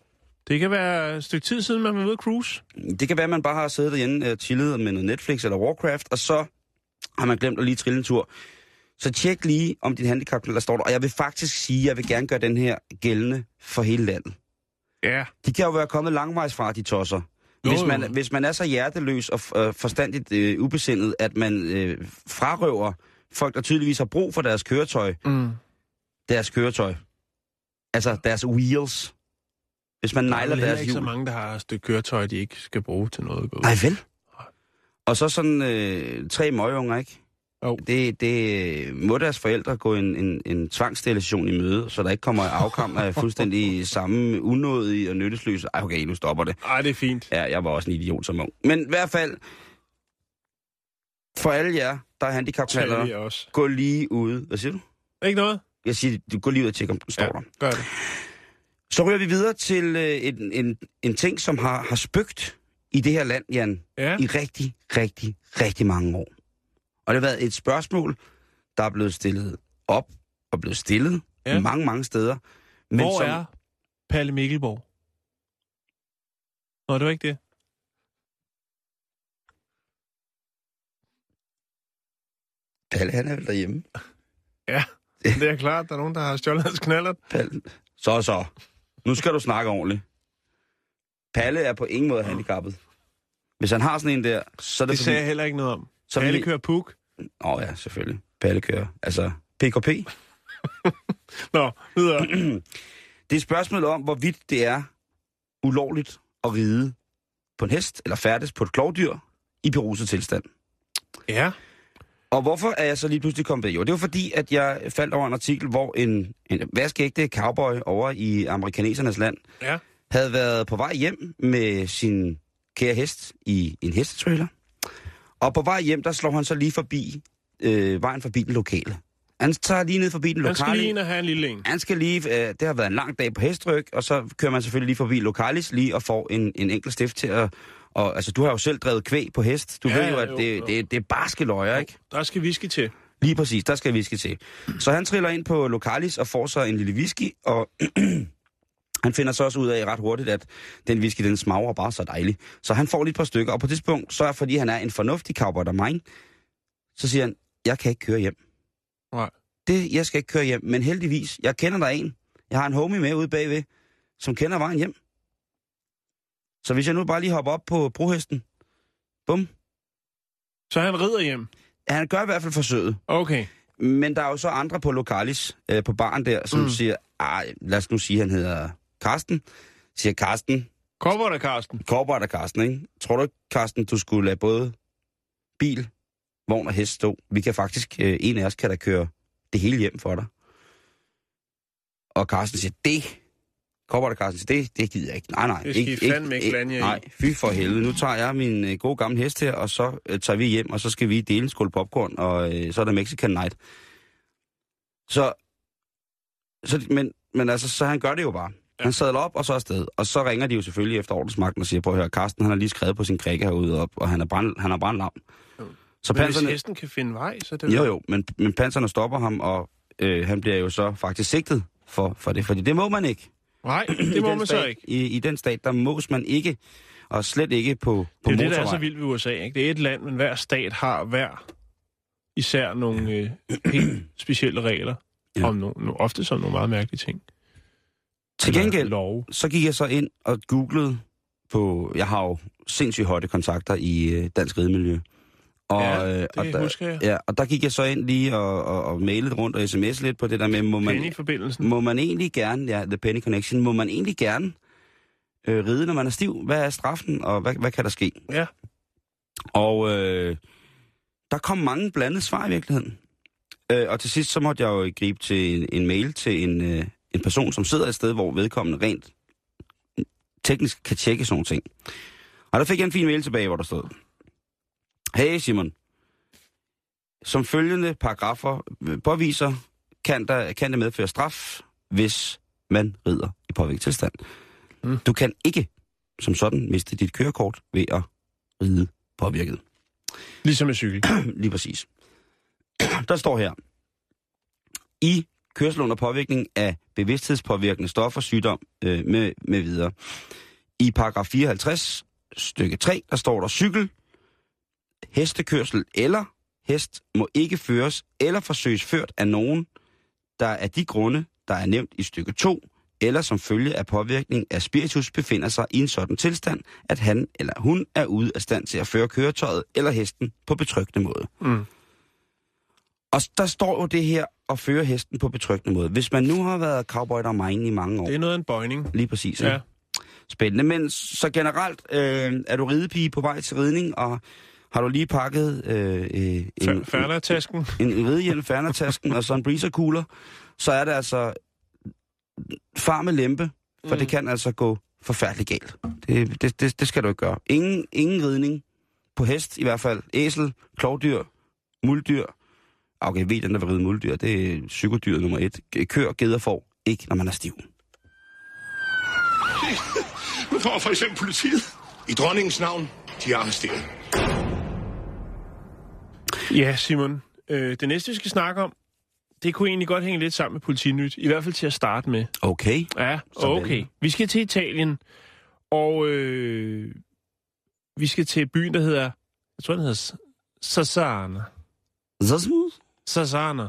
Det kan være et stykke tid siden, man var ude at cruise. Det kan være, at man bare har siddet derhjemme og chillet med noget Netflix eller Warcraft, og så har man glemt at lige trille en tur. Så tjek lige, om din handicapknald der står der. Og jeg vil faktisk sige, at jeg vil gerne gøre den her gældende for hele landet. Ja. De kan jo være kommet langvejs fra, de tosser. Hvis man er så hjerteløs og forstandigt ubesindet, at man frarøver folk, der tydeligvis har brug for deres køretøj. Deres køretøj. Altså deres wheels. Hvis man nejler deres hjul. Der er ikke så mange, der har et stykke køretøj, de ikke skal bruge til noget. Nej, vel? Og så sådan 3 møgunger, ikke? Oh. Det må deres forældre gå en tvangssterilisation i møde, så der ikke kommer afkom af fuldstændig samme unådige og nyttesløse. Ej, okay, nu stopper det. Ej, det er fint. Ja, jeg var også en idiot som ung. Men i hvert fald, for alle jer, der er handicapknaldere, gå lige ude. Hvad siger du? Ikke noget? Jeg siger, du går lige ud og tjekker, om den står der. Gør det. Så ryger vi videre til en ting, som har spøgt i det her land, Jan, i rigtig, rigtig, rigtig mange år. Og det har været et spørgsmål, der er blevet stillet op og blevet stillet mange, mange steder. Men hvor er Palle Mikkelborg? Nå, det var ikke det. Palle, han er vel derhjemme. Ja, det er klart. Der er nogen, der har stjålet hans knallert. Palle. Så. Nu skal du snakke ordentligt. Palle er på ingen måde handicappet. Hvis han har sådan en der, så er det sagde jeg heller ikke noget om. Palle kører puk. Ja, selvfølgelig. Palle kører. Altså, PKP. Nå, videre. Det er et spørgsmål om, hvorvidt det er ulovligt at ride på en hest, eller færdes på et klovdyr i beruset tilstand. Ja. Og hvorfor er jeg så lige pludselig kommet ved? Jo, det var fordi, at jeg faldt over en artikel, hvor en vaskeægte cowboy over i amerikanernes land havde været på vej hjem med sin kære hest i en hestetrailer. Og på vej hjem, der slår han så lige forbi vejen forbi den lokale. Han tager lige ned forbi den lokale. Han skal lige ind og have en lille en. Han skal lige, det har været en lang dag på hestryg, og så kører man selvfølgelig lige forbi Lokalis lige og får en enkelt stift til at... Og altså, du har jo selv drevet kvæg på hest. Du ved jo, at det er barske løjer, ikke? Der skal whisky til. Lige præcis, der skal whisky til. Så han triller ind på Lokalis og får så en lille whisky, og han finder så også ud af ret hurtigt, at den whisky, den smager bare så dejligt. Så han får lige et par stykker, og på det punkt, så er fordi han er en fornuftig cowboy der mine, så siger han, jeg kan ikke køre hjem. Nej. Jeg skal ikke køre hjem, men heldigvis, jeg kender der en. Jeg har en homie med ude bagved, som kender vejen hjem. Så hvis jeg nu bare lige hopper op på brohesten, bum. Så han rider hjem? Han gør i hvert fald forsøget. Okay. Men der er jo så andre på Lokalis, på baren der, som siger, lad os nu sige, han hedder Karsten. Siger Karsten. Cowboy Karsten, ikke? Tror du ikke, Karsten, du skulle lade både bil, vogn og hest stå? Vi kan faktisk, en af os kan da køre det hele hjem for dig. Og Karsten siger, Cowboy Karsten siger, det gider jeg ikke. Nej. Det skal I fandme ikke blande jer i. Nej, fy for helvede. Nu tager jeg min gode gamle hest her, og så tager vi hjem, og så skal vi dele en skål popcorn, og så er der Mexican Night. Men altså, så han gør det jo bare. Ja. Han sadler op, og så afsted. Og så ringer de jo selvfølgelig efter ordensmagten og siger, prøv at høre, Karsten, han har lige skrevet på sin krikke herude op, og han har brandlam. Så men hvis hesten kan finde vej, så det... Jo, men panserne stopper ham, og han bliver jo så faktisk sigtet for det, fordi det må man ikke. Nej, det må man så ikke. I den stat, der mås man ikke, og slet ikke på motorvej. Det er det, der er så vildt ved USA, ikke? Det er et land, men hver stat har især nogle helt specielle regler. Om ofte sådan nogle meget mærkelige ting. Til gengæld, så gik jeg så ind og googlede på... Jeg har jo sindssygt høje kontakter i dansk ridemiljø. Husker jeg. Ja, og der gik jeg så ind lige og mailede rundt og sms'ede lidt på det der med, må man egentlig gerne, The Penny Connection, må man egentlig gerne ride, når man er stiv? Hvad er straffen, og hvad kan der ske? Ja. Og der kom mange blandede svar i virkeligheden. Og til sidst så måtte jeg jo gribe til en mail til en person, som sidder et sted, hvor vedkommende rent teknisk kan tjekke sådan nogle ting. Og der fik jeg en fin mail tilbage, hvor der stod: Hey Simon, som følgende paragrafer påviser, kan det medføre straf, hvis man rider i påvirket tilstand. Du kan ikke som sådan miste dit kørekort ved at ride påvirket. Ligesom med cykel. Lige præcis. Der står her: I kørsel under påvirkning af bevidsthedspåvirkende stoffer, sygdom med videre. I paragraf 54, stykke 3, der står der cykel, hestekørsel eller hest må ikke føres eller forsøges ført af nogen, der af de grunde, der er nævnt i stykke 2, eller som følge af påvirkning af spiritus befinder sig i en sådan tilstand, at han eller hun er ude af stand til at føre køretøjet eller hesten på betryggende måde. Mm. Og der står jo det her at føre hesten på betryggende måde. Hvis man nu har været cowboy der mine i mange år. Det er noget af en bøjning. Lige præcis. Ja. Spændende. Men så generelt er du ridepige på vej til ridning, og har du lige pakket Fernertasken. En ridehjelm, Fernertasken og så en breezerkugler, så er det altså far med lempe, for det kan altså gå forfærdeligt galt. Det skal du ikke gøre. Ingen ridning på hest i hvert fald. Æsel, klovdyr, muldyr. Okay, jeg ved, den der vil ride muldyr, det er psykodyret nummer 1. Kør, geder, får. Ikke, når man er stiv. Nu får for eksempel politiet. I dronningens navn, de er arresteret. Ja, Simon. Det næste, vi skal snakke om, det kunne egentlig godt hænge lidt sammen med Politinyt. I hvert fald til at starte med. Okay. Ja, okay. Vi skal til Italien, og vi skal til byen, der hedder, jeg tror, den hedder Sassana. Sassana.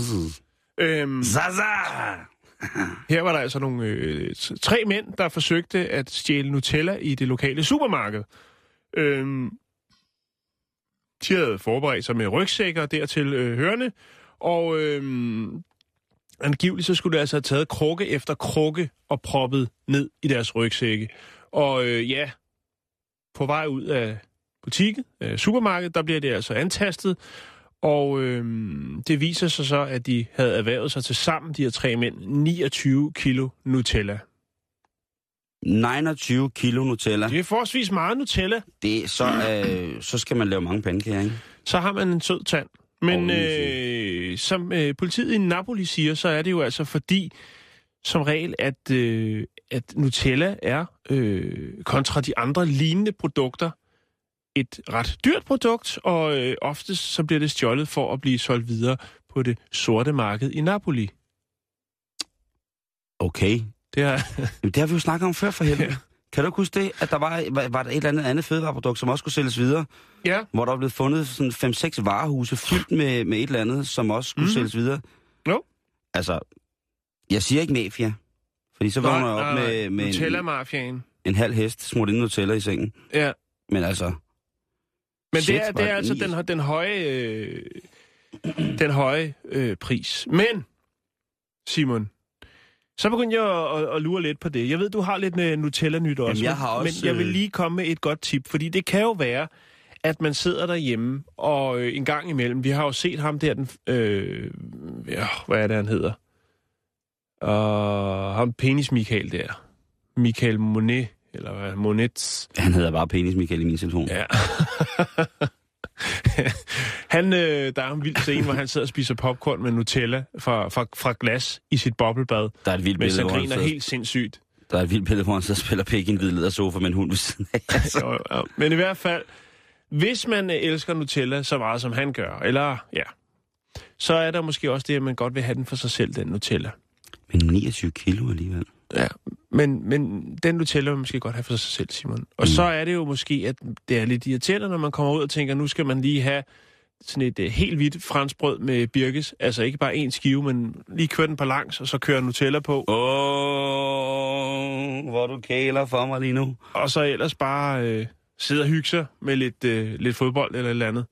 Her var der altså nogle 3 mænd, der forsøgte at stjæle Nutella i det lokale supermarked. De havde forberedt sig med rygsækker dertil hørende, og angiveligt så skulle det altså have taget krukke efter krukke og proppet ned i deres rygsække. Og på vej ud af butikken, supermarkedet, der bliver det altså antastet, og det viser sig så, at de havde erhvervet sig til sammen, de her 3 mænd, 29 kilo Nutella. 29 kilo Nutella. Det er forholdsvis meget Nutella. Så skal man lave mange pandekager, ikke? Så har man en sød tand. Men som politiet i Napoli siger, så er det jo altså fordi, som regel, at Nutella er kontra de andre lignende produkter et ret dyrt produkt, og oftest så bliver det stjålet for at blive solgt videre på det sorte marked i Napoli. Okay. Det har vi jo snakket om før for helvede. Ja. Kan du huske det, at der var der et eller andet fødevareprodukt, som også skulle sælges videre? Ja. Hvor der blev fundet sådan 5-6 varehuse fyldt med et eller andet, som også skulle sælges videre? Jo. Altså, jeg siger ikke mafia, fordi så vågner jeg op med Nutella-mafiaen. En halv hest smurt ind Nutella i sengen. Ja. Men altså... Men det er altså den høje pris. Men, Simon, så begyndte jeg at lure lidt på det. Jeg ved, du har lidt Nutella-nyt også. Jamen, jeg har også... Men jeg vil lige komme med et godt tip, fordi det kan jo være, at man sidder derhjemme, og en gang imellem, vi har jo set ham der, hvad er det, han hedder? Ham Penis Michael der. Michael Monet, eller hvad? Monets. Han hedder bare Penis Michael i min telefon. Ja. Der er en vild scene, hvor han sidder og spiser popcorn med Nutella fra glas i sit boblebad. Der er et vildt billede, hvor han griner helt sindssygt. Der er et vildt billede, hvor han så spiller pæk i en hvid lædersofa med en hund ved siden af. Ja. Men i hvert fald, hvis man elsker Nutella så meget, som han gør, eller så er der måske også det, at man godt vil have den for sig selv, den Nutella. Men 29 kilo alligevel. Ja, men den Nutella vil man måske godt have for sig selv, Simon. Og så er det jo måske, at det er lidt irriterende, når man kommer ud og tænker, nu skal man lige have sådan et helt hvidt franskbrød med birkes. Altså ikke bare en skive, men lige køre den på langs, og så køre Nutella på. Hvor du kæler for mig lige nu. Og så ellers bare sidde og hygge sig med lidt fodbold eller et eller andet.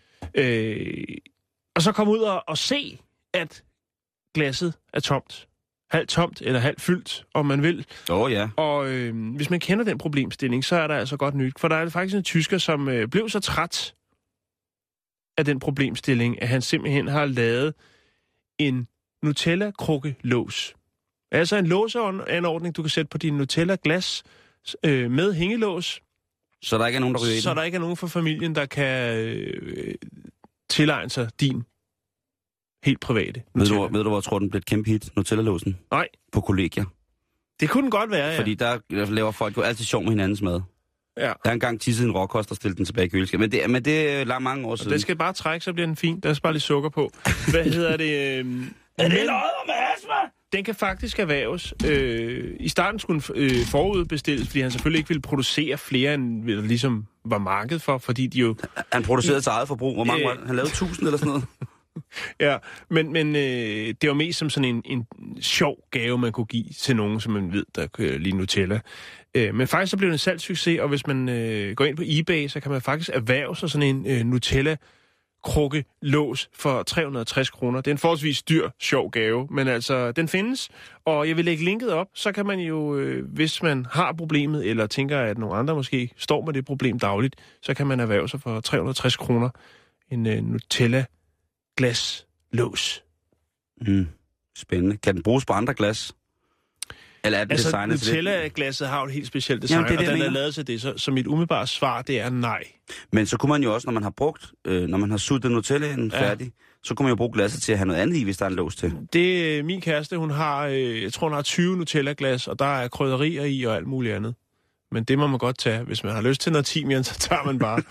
Og så komme ud og se, at glasset er tomt. Halvt tomt eller halvt fyldt, om man vil. Ja. Og hvis man kender den problemstilling, så er der altså godt nyt. For der er faktisk en tysker, som blev så træt af den problemstilling, at han simpelthen har lavet en Nutella-krukke-lås. Altså en låseanordning, du kan sætte på din Nutella-glas med hængelås. Så der ikke er nogen, der ryger i den? Så der ikke er nogen fra familien, der kan tilegne sig din helt private. Ved du, hvor jeg tror, den blev et kæmpe hit? Nutella-låsen? Nej. På kollegier. Det kunne den godt være, ja. Fordi der laver folk jo altid sjov med hinandens mad. Ja. Der er engang tisset en råkost og stillet den tilbage i køleskabet. Men det er langt mange år siden. Det skal bare trække, så bliver den fin. Der er bare lidt sukker på. Hvad hedder det? Er det løjet med astma? den kan faktisk erhverves. I starten skulle den forudbestilles, fordi han selvfølgelig ikke ville producere flere, end der ligesom var marked for, fordi de jo... Han producerede til eget forbrug. Hvor mange var det? Han lavede 1000 eller sådan noget? Ja, men det var mest som sådan en sjov gave, man kunne give til nogen, som man ved, der kan lide Nutella. Men faktisk så blev det en salgssucces, og hvis man går ind på eBay, så kan man faktisk erhverve sig sådan en Nutella-krukkelås for 360 kroner. Det er en forholdsvis dyr, sjov gave, men altså, den findes. Og jeg vil lægge linket op, så kan man jo, hvis man har problemet, eller tænker, at nogle andre måske står med det problem dagligt, så kan man erhverve sig for 360 kroner en Nutella-glaslås. Spændende. Kan den bruges på andre glas? Eller er den altså, designet til det? Nutella-glasset har jo et helt specielt design, jamen, det, og den er lavet til det, så mit umiddelbare svar, det er nej. Men så kunne man jo også, når man har brugt, når man har suttet Nutellaen færdig, så kunne man jo bruge glasset til at have noget andet i, hvis der er en lås til. Det min kæreste, hun har, jeg tror, hun har 20 Nutella-glas, og der er krydderier i og alt muligt andet. Men det må man godt tage. Hvis man har lyst til noget timian, så tager man bare.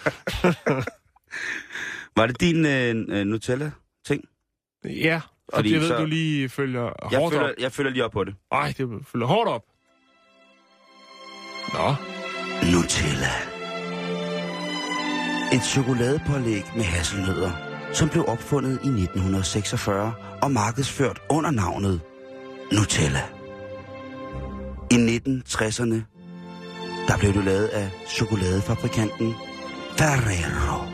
Var det din Nutella-ting? Ja, og fordi det ved du lige følger hårdt op. Jeg følger lige op på det. Ej, det følger hårdt op. Nå. Nutella. Et chokoladepålæg med hasselnødder, som blev opfundet i 1946 og markedsført under navnet Nutella. I 1960'erne, der blev det lavet af chokoladefabrikanten Ferrero.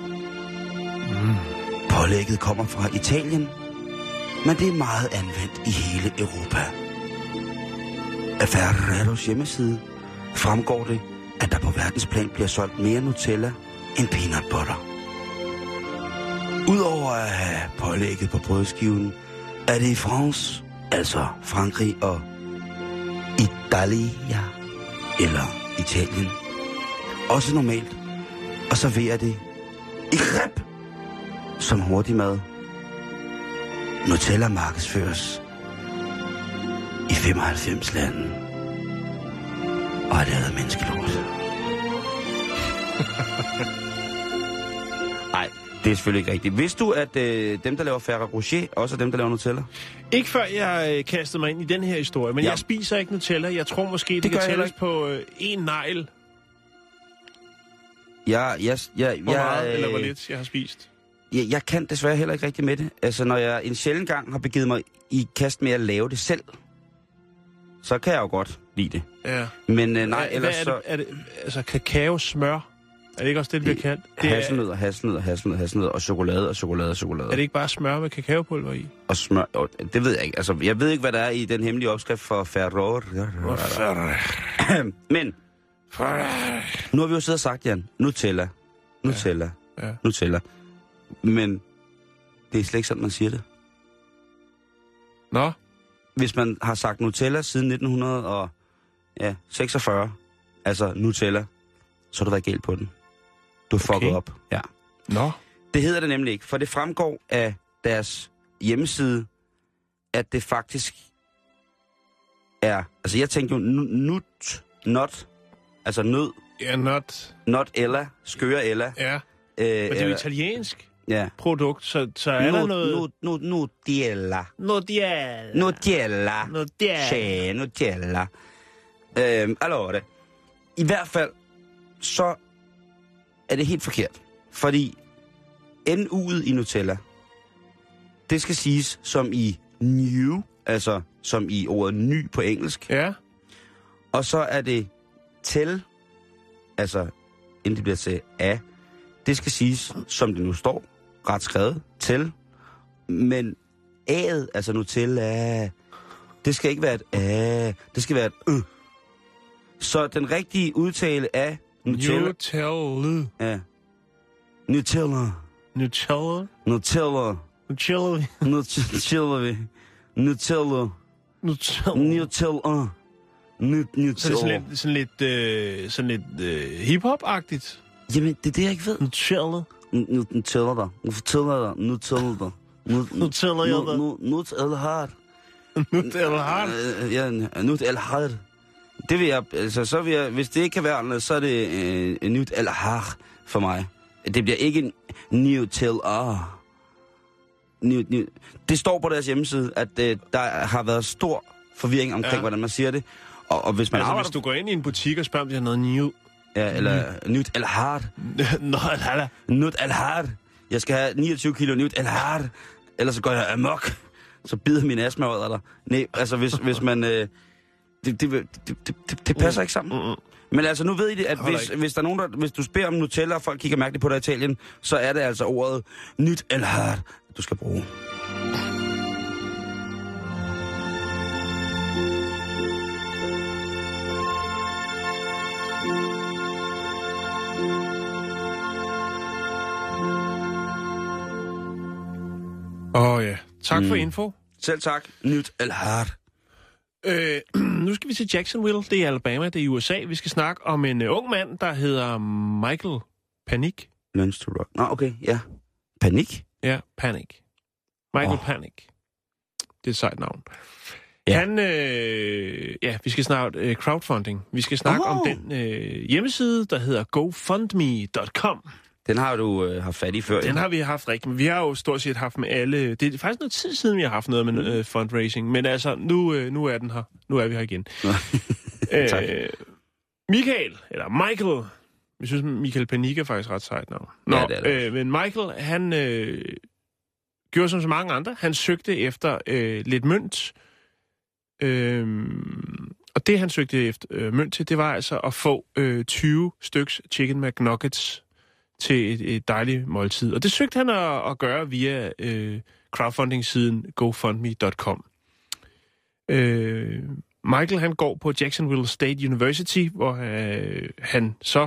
Pålægget kommer fra Italien, men det er meget anvendt i hele Europa. Af Ferreros hjemmeside fremgår det, at der på verdensplan bliver solgt mere Nutella end peanut butter. Udover at have pålægget på brødskiven, er det i France, altså Frankrig og Italia, eller Italien, også normalt at servere det i crepe som hurtig mad. Nutella markedsføres i 95 lande og er lavet af menneskelort. Nej, det er selvfølgelig ikke rigtigt. Vidste du, at dem, der laver Ferrero Rocher, også er dem, der laver Nutella? Ikke før jeg kastede mig ind i den her historie, men jeg spiser ikke Nutella. Jeg tror måske, det kan tælles på en negl. Hvor meget eller hvor lidt jeg har spist? Jeg kan desværre heller ikke rigtig med det. Altså, når jeg en sjælden gang har begivet mig i kast med at lave det selv, så kan jeg jo godt lide det. Ja. Men nej, ellers så... Er det altså kakaosmør? Er det ikke også det bliver kaldt? Hasselnødder og chokolade. Er det ikke bare smør med kakaopulver i? Og smør... Det ved jeg ikke. Altså, jeg ved ikke, hvad der er i den hemmelige opskrift for Ferrero. Men... Nu har vi jo siddet og sagt, Jan, Nutella. Men det er slet ikke sådan, man siger det. Nå? Hvis man har sagt Nutella siden 1946, altså Nutella, så har du været galt på den. Du er fucket op. Ja. Nå? Det hedder det nemlig ikke, for det fremgår af deres hjemmeside, at det faktisk er... Altså jeg tænkte jo not, altså nød. Ja, Not Ella, skøre Ella. Ja, men det er jo italiensk produkt, så er der noget... Nutella. Allora. I hvert fald, så er det helt forkert. Fordi N'u'et i Nutella, det skal siges som i new, altså som i ordet ny på engelsk. Ja. Og så er det til, altså inden det bliver til af, det skal siges, som det nu står, ret skrevet, til, men A'et, altså Nutella, det skal ikke være et A, det skal være et Så den rigtige udtale af Nutella... Ja. Nutella. Så det er sådan lidt hip-hop-agtigt? Jamen, det er det, jeg ikke ved. Nutella. Nutella. Det vil jeg, altså, så vil jeg, hvis det ikke kan være andet, så er det Nutella for mig. Det bliver ikke en Nutella. Det står på deres hjemmeside, at der har været stor forvirring omkring, hvordan man siger det. Og hvis man hvis du går ind i en butik og spørger, om de har noget new... Ja, eller nyt el hard. Nyt el hard. Jeg skal have 29 kilo nyt el hard. Ellers så går jeg amok. Så bider min astma ud af dig. Nej, altså hvis man... Det passer ikke sammen. Men altså, nu ved I det, at hvis der er nogen, hvis du spørger om Nutella, og folk kigger mærkeligt på dig i Italien, så er det altså ordet nyt el hard, du skal bruge. Ja. Tak for info. Selv tak. Nyt el hard. Nu skal vi til Jacksonville. Det er Alabama, det er i USA. Vi skal snakke om en ung mand, der hedder Michael Panic. Learns to rock. Nå, okay, ja. Panic? Ja, Panic. Michael Panic. Det er et sejt navn. Ja. Han, vi skal snakke crowdfunding. Vi skal snakke om den hjemmeside, der hedder GoFundMe.com. Den har du haft fat i før. Den har vi haft rigtigt, men vi har jo stort set haft med alle... Det er faktisk noget tid siden, vi har haft noget med fundraising, men altså, nu er den her. Nu er vi her igen. Michael, jeg synes, Michael Panic er faktisk ret sejt navn. Ja, det er det. Men Michael, han gjorde som så mange andre. Han søgte efter lidt mønt. Og det, han søgte efter mønt til, det var altså at få 20 styks Chicken McNuggets til et dejligt måltid. Og det søgte han at gøre via crowdfunding-siden GoFundMe.com. Michael, han går på Jacksonville State University, hvor han så,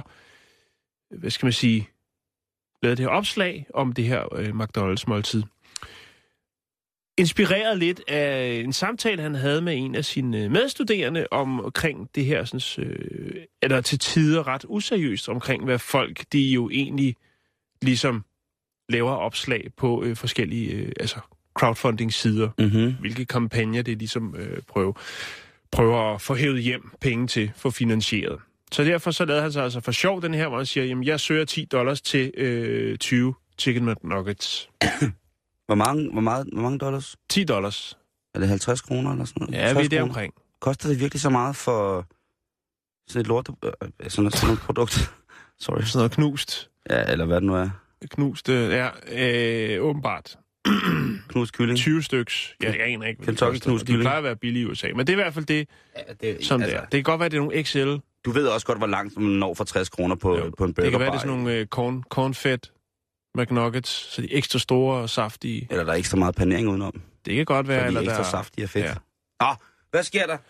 lavede det her opslag om det her McDonald's-måltid. Inspireret lidt af en samtale, han havde med en af sine medstuderende omkring det her, eller til tider ret useriøst, omkring hvad folk, de jo egentlig ligesom laver opslag på forskellige crowdfunding-sider. Hvilke kampagner det ligesom prøver at få hævet hjem penge til, få finansieret. Så derfor så lavede han sig altså for sjov den her, hvor han siger, jamen jeg søger $10 til 20 Chicken McNuggets. Hvor mange dollars? $10. Er det 50 kroner eller sådan noget? Ja, vi er der omkring. Koster det virkelig så meget for sådan et lort, sådan et produkt? Sorry. Sådan noget knust. Ja, eller hvad det nu er. Knust, åbenbart. Knust kylling. 20 styks. Jeg aner ikke, hvad Kentucky knust kylling. De plejer at være billige i USA, men det er i hvert fald det, som det er. Det kan godt være, det er nogle XL. Du ved også godt, hvor langt man når for 60 kroner på en burger. Det kan være, det er sådan nogle cornfed McNuggets, så de er ekstra store og saftige. Eller der er ekstra meget panering udenom. Det kan godt være. Så de eller er ekstra saftige og fedt. Ja. Hvad sker der?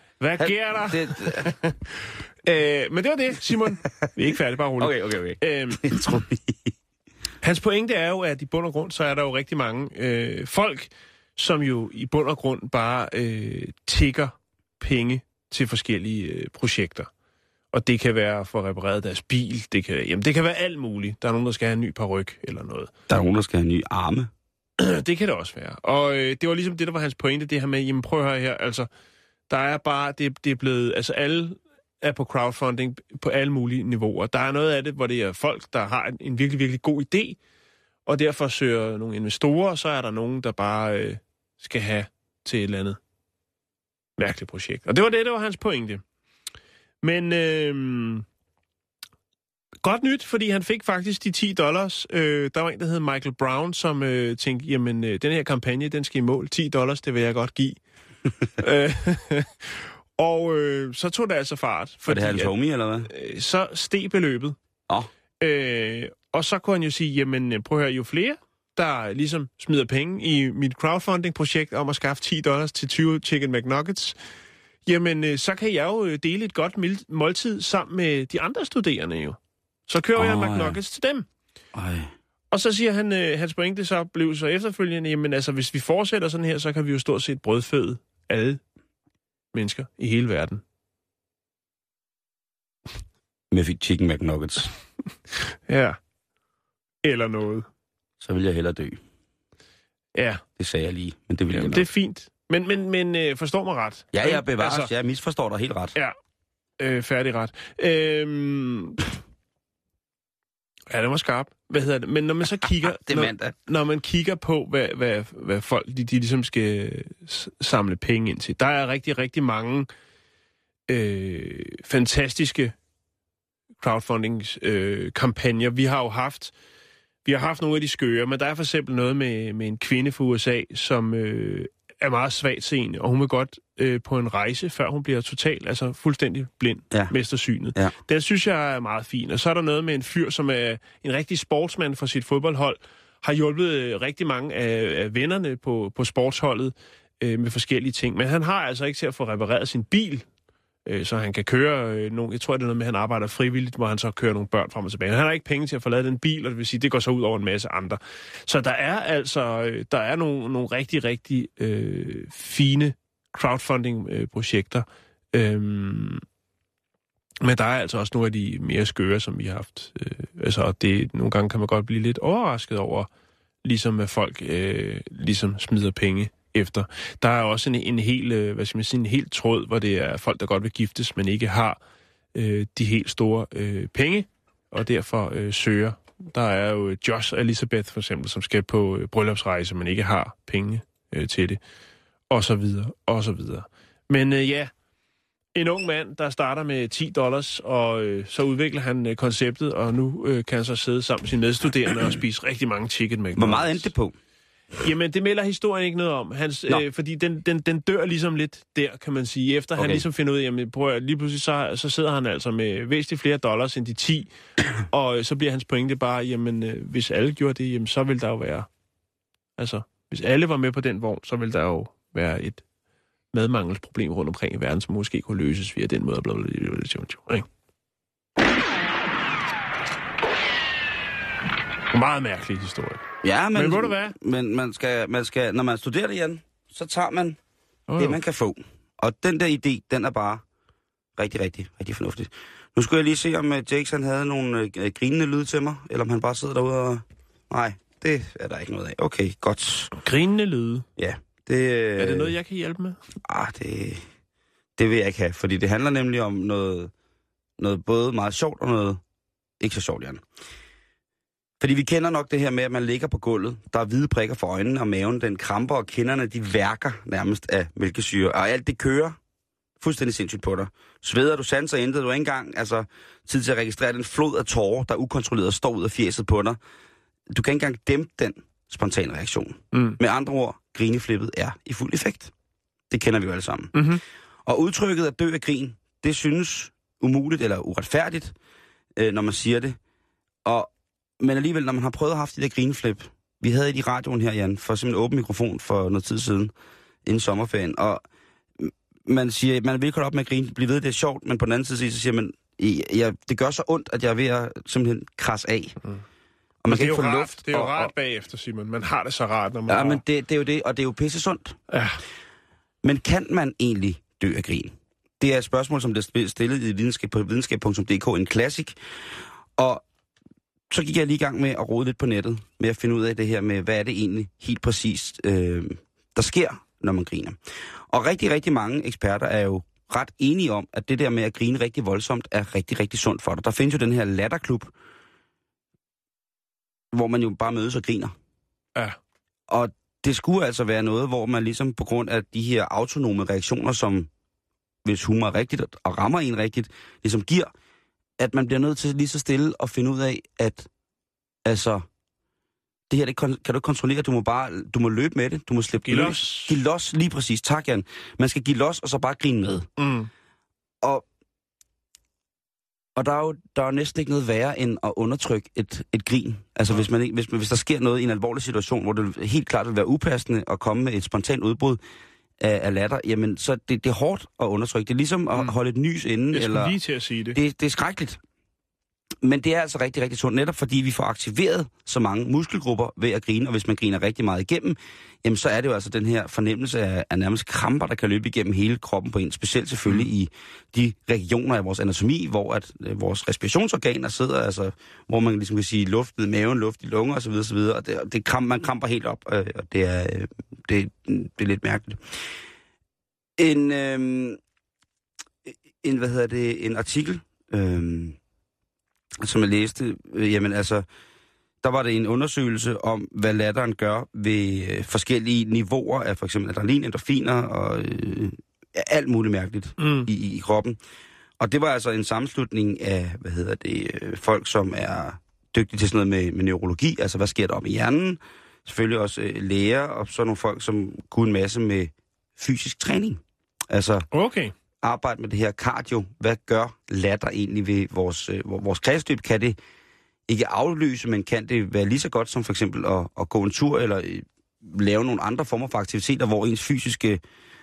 Men det var det, Simon. Vi er ikke færdige, bare roligt. Okay. Hans pointe er jo, at i bund og grund, så er der jo rigtig mange folk, som jo i bund og grund bare tigger penge til forskellige projekter. Og det kan være for at reparere deres bil. Det kan være alt muligt. Der er nogen, der skal have en ny paryk eller noget. Der er nogen, der skal have en ny arme. Det kan det også være. Og det var ligesom det, der var hans pointe, det her med, jamen prøv at høre her, altså, der er bare, det er blevet, altså alle er på crowdfunding på alle mulige niveauer. Der er noget af det, hvor det er folk, der har en virkelig, virkelig god idé, og derfor søger nogle investorer, og så er der nogen, der bare skal have til et eller andet mærkeligt projekt. Og det var hans pointe. Men godt nyt, fordi han fik faktisk de $10. Der var en, der hed Michael Brown, som tænkte, jamen, den her kampagne, den skal i mål. $10, det vil jeg godt give. Og så tog det altså fart. Var det hans homie, eller hvad? Så steg beløbet. Og så kunne han jo sige, jamen, prøv at høre, jo flere, der ligesom smider penge i mit crowdfunding-projekt om at skaffe $10 til 20 Chicken McNuggets, jamen, så kan jeg jo dele et godt måltid sammen med de andre studerende jo. Så kører jeg McNuggets til dem. Og så siger han, hans pointe så blev så efterfølgende, jamen altså, hvis vi fortsætter sådan her, så kan vi jo stort set brødføde alle mennesker i hele verden. Med Chicken McNuggets. Ja. Eller noget. Så vil jeg hellere dø. Ja. Det sagde jeg lige, men det vil jeg nok. Det er fint. Men forstår mig ret. Ja, jeg bevares. Altså, jeg misforstår dig helt ret. Ja. Færdig ret. Ja, det var skarp. Hvad hedder det? Men når man så kigger... når man kigger på, hvad folk de ligesom skal samle penge ind til, der er rigtig, rigtig mange fantastiske crowdfunding-kampagner. Vi har haft nogle af de skøre, men der er for eksempel noget med en kvinde fra USA, som er meget svagtseende, og hun vil godt på en rejse, før hun bliver altså fuldstændig blind, mister synet. Ja. Den synes jeg er meget fin. Og så er der noget med en fyr, som er en rigtig sportsmand for sit fodboldhold, har hjulpet rigtig mange af vennerne på sportsholdet med forskellige ting. Men han har altså ikke til at få repareret sin bil, så han kan køre nogle... Jeg tror, det er noget med, at han arbejder frivilligt, hvor han så kører nogle børn frem og tilbage. Han har ikke penge til at få lavet den bil, og det vil sige, det går så ud over en masse andre. Så der er nogle rigtig, rigtig fine crowdfunding-projekter. Men der er altså også nogle af de mere skøre, som vi har haft. Nogle gange kan man godt blive lidt overrasket over, ligesom at folk ligesom smider penge efter. Der er også en hel tråd, hvor det er folk, der godt vil giftes, men ikke har de helt store penge, og derfor søger. Der er jo Josh og Elizabeth for eksempel, som skal på bryllupsrejse, men ikke har penge til det, og så videre, og så videre. Men en ung mand, der starter med $10, og så udvikler han konceptet, og nu kan han så sidde sammen med sine medstuderende og spise rigtig mange chicken McNuggets. Hvor meget endte det på? Jamen, det melder historien ikke noget om. Fordi den dør ligesom lidt der, kan man sige. Efter han ligesom finder ud af, jamen, lige pludselig så sidder han altså med væsentligt flere dollars end de 10, og så bliver hans pointe bare, jamen, hvis alle gjorde det, jamen, så vil der jo være... Altså, hvis alle var med på den vogn, så vil der jo være et madmangelsproblem rundt omkring i verden, som måske kunne løses via den måde. Ikke? Meget mærkelig historie. Ja, men ved du hvad? Men man skal, når man studerer det igen, så tager man det, man kan få. Og den der idé, den er bare rigtig, rigtig, rigtig fornuftig. Nu skulle jeg lige se, om Jakes han havde nogle grinende lyde til mig, eller om han bare sidder derude og... Nej, det er der ikke noget af. Okay, godt. Grinende lyde? Ja. Er det noget, jeg kan hjælpe med? Det vil jeg ikke have, fordi det handler nemlig om noget både meget sjovt og noget ikke så sjovt, Jan. Fordi vi kender nok det her med, at man ligger på gulvet, der er hvide prikker for øjnene, og maven den kramper, og kinderne de værker nærmest af mælkesyre. Og alt det kører fuldstændig sindssygt på dig. Sveder du, sanser intet, du ikke engang tid til at registrere den flod af tårer, der ukontrolleret står ud af fjeset på dig. Du kan ikke engang dæmpe den spontane reaktion. Med andre ord, grineflippet er i fuld effekt. Det kender vi jo alle sammen. Mm-hmm. Og udtrykket at dø af grin, det synes umuligt eller uretfærdigt, når man siger det. Men alligevel, når man har prøvet at have de der grineflip, vi havde et i radioen her, Jan, for simpelthen åben mikrofon for noget tid siden, inden sommerferien, og man siger, man vil godt op med at grine, blive ved, det er sjovt, men på den anden side, så siger man, det gør så ondt, at jeg er ved at simpelthen krasse af. Mm. Og man kan ikke få luft. Det er jo rart bagefter, Simon. Man har det så rart, når man Ja, men det er jo det, og det er jo pisse sundt. Ja. Men kan man egentlig dø af grin? Det er et spørgsmål, som bliver stillet på videnskab.dk, en klassik. Og så gik jeg lige i gang med at rode lidt på nettet, med at finde ud af det her med, hvad er det egentlig helt præcist, der sker, når man griner. Og rigtig, rigtig mange eksperter er jo ret enige om, at det der med at grine rigtig voldsomt er rigtig, rigtig sundt for dig. Der findes jo den her latterklub, hvor man jo bare mødes og griner. Ja. Og det skulle altså være noget, hvor man ligesom på grund af de her autonome reaktioner, som hvis humor er rigtigt og rammer en rigtigt, ligesom giver, at man bliver nødt til lige så stille og finde ud af, at altså, det her det kan du ikke kontrollere, du må løbe med det, du må slippe løs. Giv los, lige præcis, tak Jan. Man skal give los, og så bare grine med. Mm. Og der er jo næsten ikke noget værre end at undertrykke et grin. Altså hvis der sker noget i en alvorlig situation, hvor det helt klart vil være upassende at komme med et spontant udbrud af latter, jamen så det er hårdt at undertrykke. Det er ligesom at holde et nys inde. Jeg skulle lige til at sige det. Det er skrækkeligt. Men det er altså rigtig, rigtig sundt, netop fordi vi får aktiveret så mange muskelgrupper ved at grine, og hvis man griner rigtig meget igennem, jamen så er det jo altså den her fornemmelse af nærmest kramper, der kan løbe igennem hele kroppen på en, specielt selvfølgelig i de regioner af vores anatomi, hvor at vores respirationsorganer sidder, altså hvor man ligesom kan sige luft ned i maven, luft i lunger osv. Og man kramper helt op, og det er lidt mærkeligt. En artikel som jeg læste, jamen altså, der var det en undersøgelse om, hvad latteren gør ved forskellige niveauer af for eksempel adrenalin, endorfiner og alt muligt mærkeligt i kroppen. Og det var altså en sammenslutning af, folk, som er dygtige til sådan noget med neurologi, altså hvad sker der om i hjernen, selvfølgelig også læger, og så nogle folk, som kunne en masse med fysisk træning. Altså arbejde med det her cardio. Hvad gør latter egentlig ved vores kredsløb? Kan det ikke afløse, men kan det være lige så godt som for eksempel at gå en tur, eller lave nogle andre former for aktiviteter, hvor ens fysiske,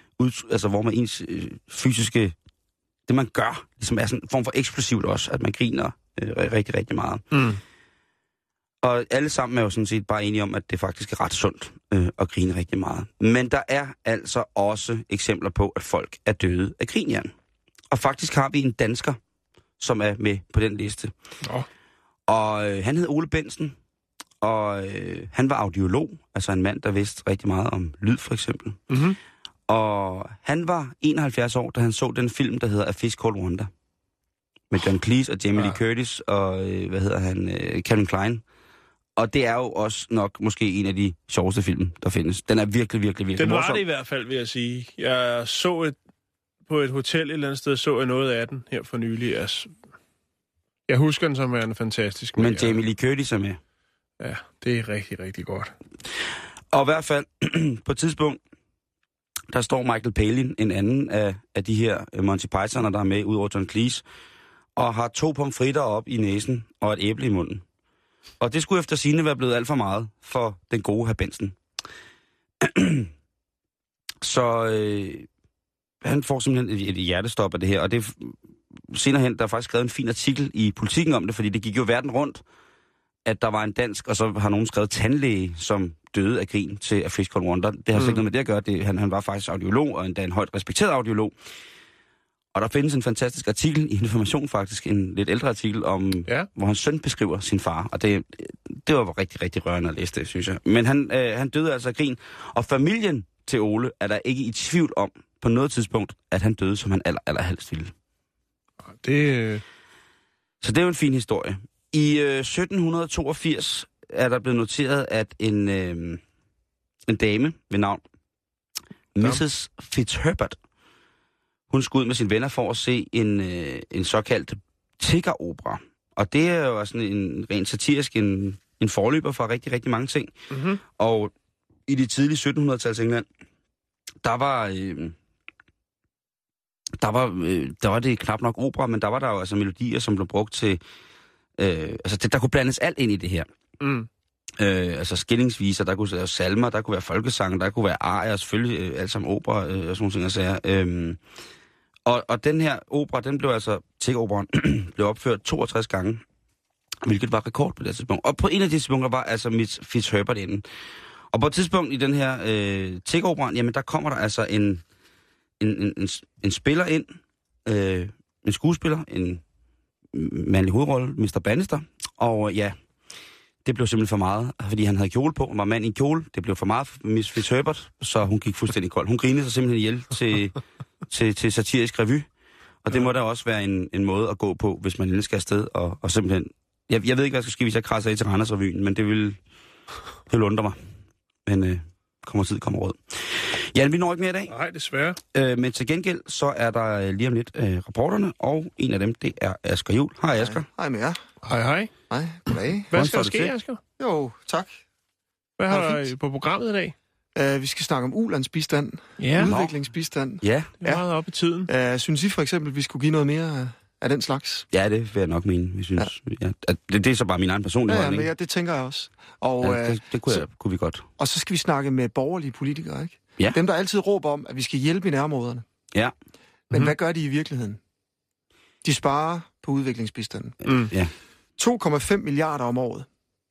fysiske, det man gør, ligesom er sådan en form for eksplosivt også, at man griner rigtig, rigtig meget. Og alle sammen er jo sådan set bare enige om, at det faktisk er ret sundt at grine rigtig meget. Men der er altså også eksempler på, at folk er døde af grinjern. Og faktisk har vi en dansker, som er med på den liste. Og han hed Ole Bentzen, og han var audiolog, altså en mand, der vidste rigtig meget om lyd for eksempel. Og han var 71 år, da han så den film, der hedder A Fish Called Wanda. Med John Cleese og Jamie Lee Curtis og, Kevin Kline. Og det er jo også nok måske en af de sjoveste film, der findes. Den er virkelig, virkelig, virkelig den morsom. Det i hvert fald, vil jeg sige. Jeg så på et hotel et eller andet sted, så jeg noget af den her for nylig. Jeg husker den som en fantastisk. Men Jamie Lee Curtis er med. Ja, det er rigtig, rigtig godt. Og i hvert fald, på et tidspunkt, der står Michael Palin, en anden af de her Monty Python'er, der er med, ud over John Cleese, og har 2 pomfritter op i næsen og et æble i munden. Og det skulle efter sigende være blevet alt for meget for den gode hr. Bentzen. Så han får simpelthen et hjertestop af det her, og det senere hen, der er faktisk skrevet en fin artikel i Politiken om det, fordi det gik jo verden rundt, at der var en dansk, og så har nogen skrevet tandlæge, som døde af grin til A Fish Called Wanda. Det har sikkert noget med det at gøre. Han var faktisk audiolog, og endda en højt respekteret audiolog. Og der findes en fantastisk artikel i Information faktisk, en lidt ældre artikel, hvor hans søn beskriver sin far. Og det var rigtig, rigtig rørende at læse det, synes jeg. Men han døde altså af grin. Og familien til Ole er der ikke i tvivl om på noget tidspunkt, at han døde, som han allerhelst ville. Så det er jo en fin historie. I 1782 er der blevet noteret, at en dame ved navn Mrs. Fitzherbert, hun skulle ud med sine venner for at se en såkaldt tiggeropera. Og det er jo sådan en rent satirisk, en forløber for rigtig, rigtig mange ting. Og i det tidlige 1700-tals England, der var det knap nok opera, men der var der jo altså melodier, som blev brugt til... der kunne blandes alt ind i det her. Altså skillingsviser, der kunne være salmer, der kunne være folkesange, der kunne være arier, selvfølgelig alt sammen opera og sådan nogle ting at sige. Og den her opera, den blev altså, tiggeroperaen, blev opført 62 gange, hvilket var rekord på det tidspunkt. Og på en af de tidspunkter var altså Miss Fitzherbert inde. Og på et tidspunkt i den her tiggeroperaen, jamen der kommer der altså en spiller ind, en skuespiller, en mandlig hovedrolle, Mr. Bannister, og ja, det blev simpelthen for meget, fordi han havde kjole på, og var mand i en kjole. Det blev for meget for Miss Fitzherbert, så hun gik fuldstændig kold. Hun grinede sig simpelthen ihjel til satirisk revy, og det må da også være en måde at gå på, hvis man endelig skal afsted, og simpelthen... Jeg ved ikke, hvad jeg skal ske, hvis jeg krasser af til Randers Revyen, men det vil undre mig. Men kommer råd. Jan, vi når ikke mere i dag. Nej, desværre. Men til gengæld, så er der lige om lidt rapporterne, og en af dem, det er Asger Juhl. Hej, Asger. Hej med jer. Hej. Hej, goddag. Hvad skal der ske, Asger? Jo, tak. Hvad har der på programmet i dag? Vi skal snakke om ulandsbistand, udviklingsbistand. Ja, det er meget op i tiden. Synes I for eksempel, at vi skulle give noget mere af den slags? Ja, det vil jeg nok mene, vi synes. Ja. Det er så bare min egen personlige holdning. Ja, det tænker jeg også. Og, det kunne vi godt. Og så skal vi snakke med borgerlige politikere, ikke? Ja. Dem, der altid råber om, at vi skal hjælpe i nærområderne. Ja. Men hvad gør de i virkeligheden? De sparer på udviklingsbistanden. Ja. 2,5 milliarder om året.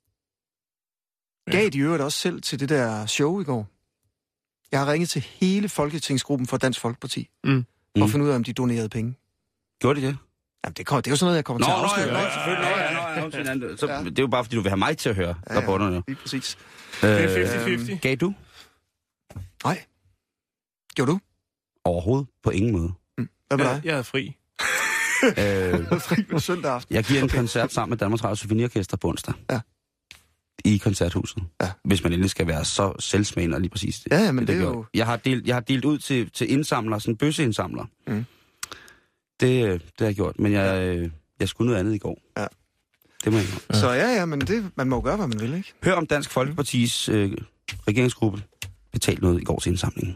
Gav de øvrigt også selv til det der show i går. Jeg har ringet til hele folketingsgruppen for Dansk Folkeparti. For at finde ud af, om de donerede penge. Gjorde de det? Jamen, det er jo sådan noget, jeg kommer til at afsløre. Selvfølgelig. Det er jo bare, fordi du vil have mig til at høre rapporterne. Ja, lige præcis. Det er 50-50. Gav du? Nej. Gjorde du? Overhovedet på ingen måde. Hvad med dig? Jeg er fri. Fri på søndag aften. Jeg giver en koncert sammen med Danmarks Radio Symfoniorkester på onsdag. Ja. I koncerthuset. Ja. Hvis man endelig skal være så selvsmagende og lige præcis det. Ja, men det er jo... Jeg har delt ud til indsamlere, sådan bøsseindsamlere. Det har jeg gjort, men jeg skulle noget andet i går. Ja. Det må jeg gøre. Så ja, men man må jo gøre, hvad man vil, ikke? Hør om Dansk Folkepartis regeringsgruppe betalt noget i går til indsamlingen.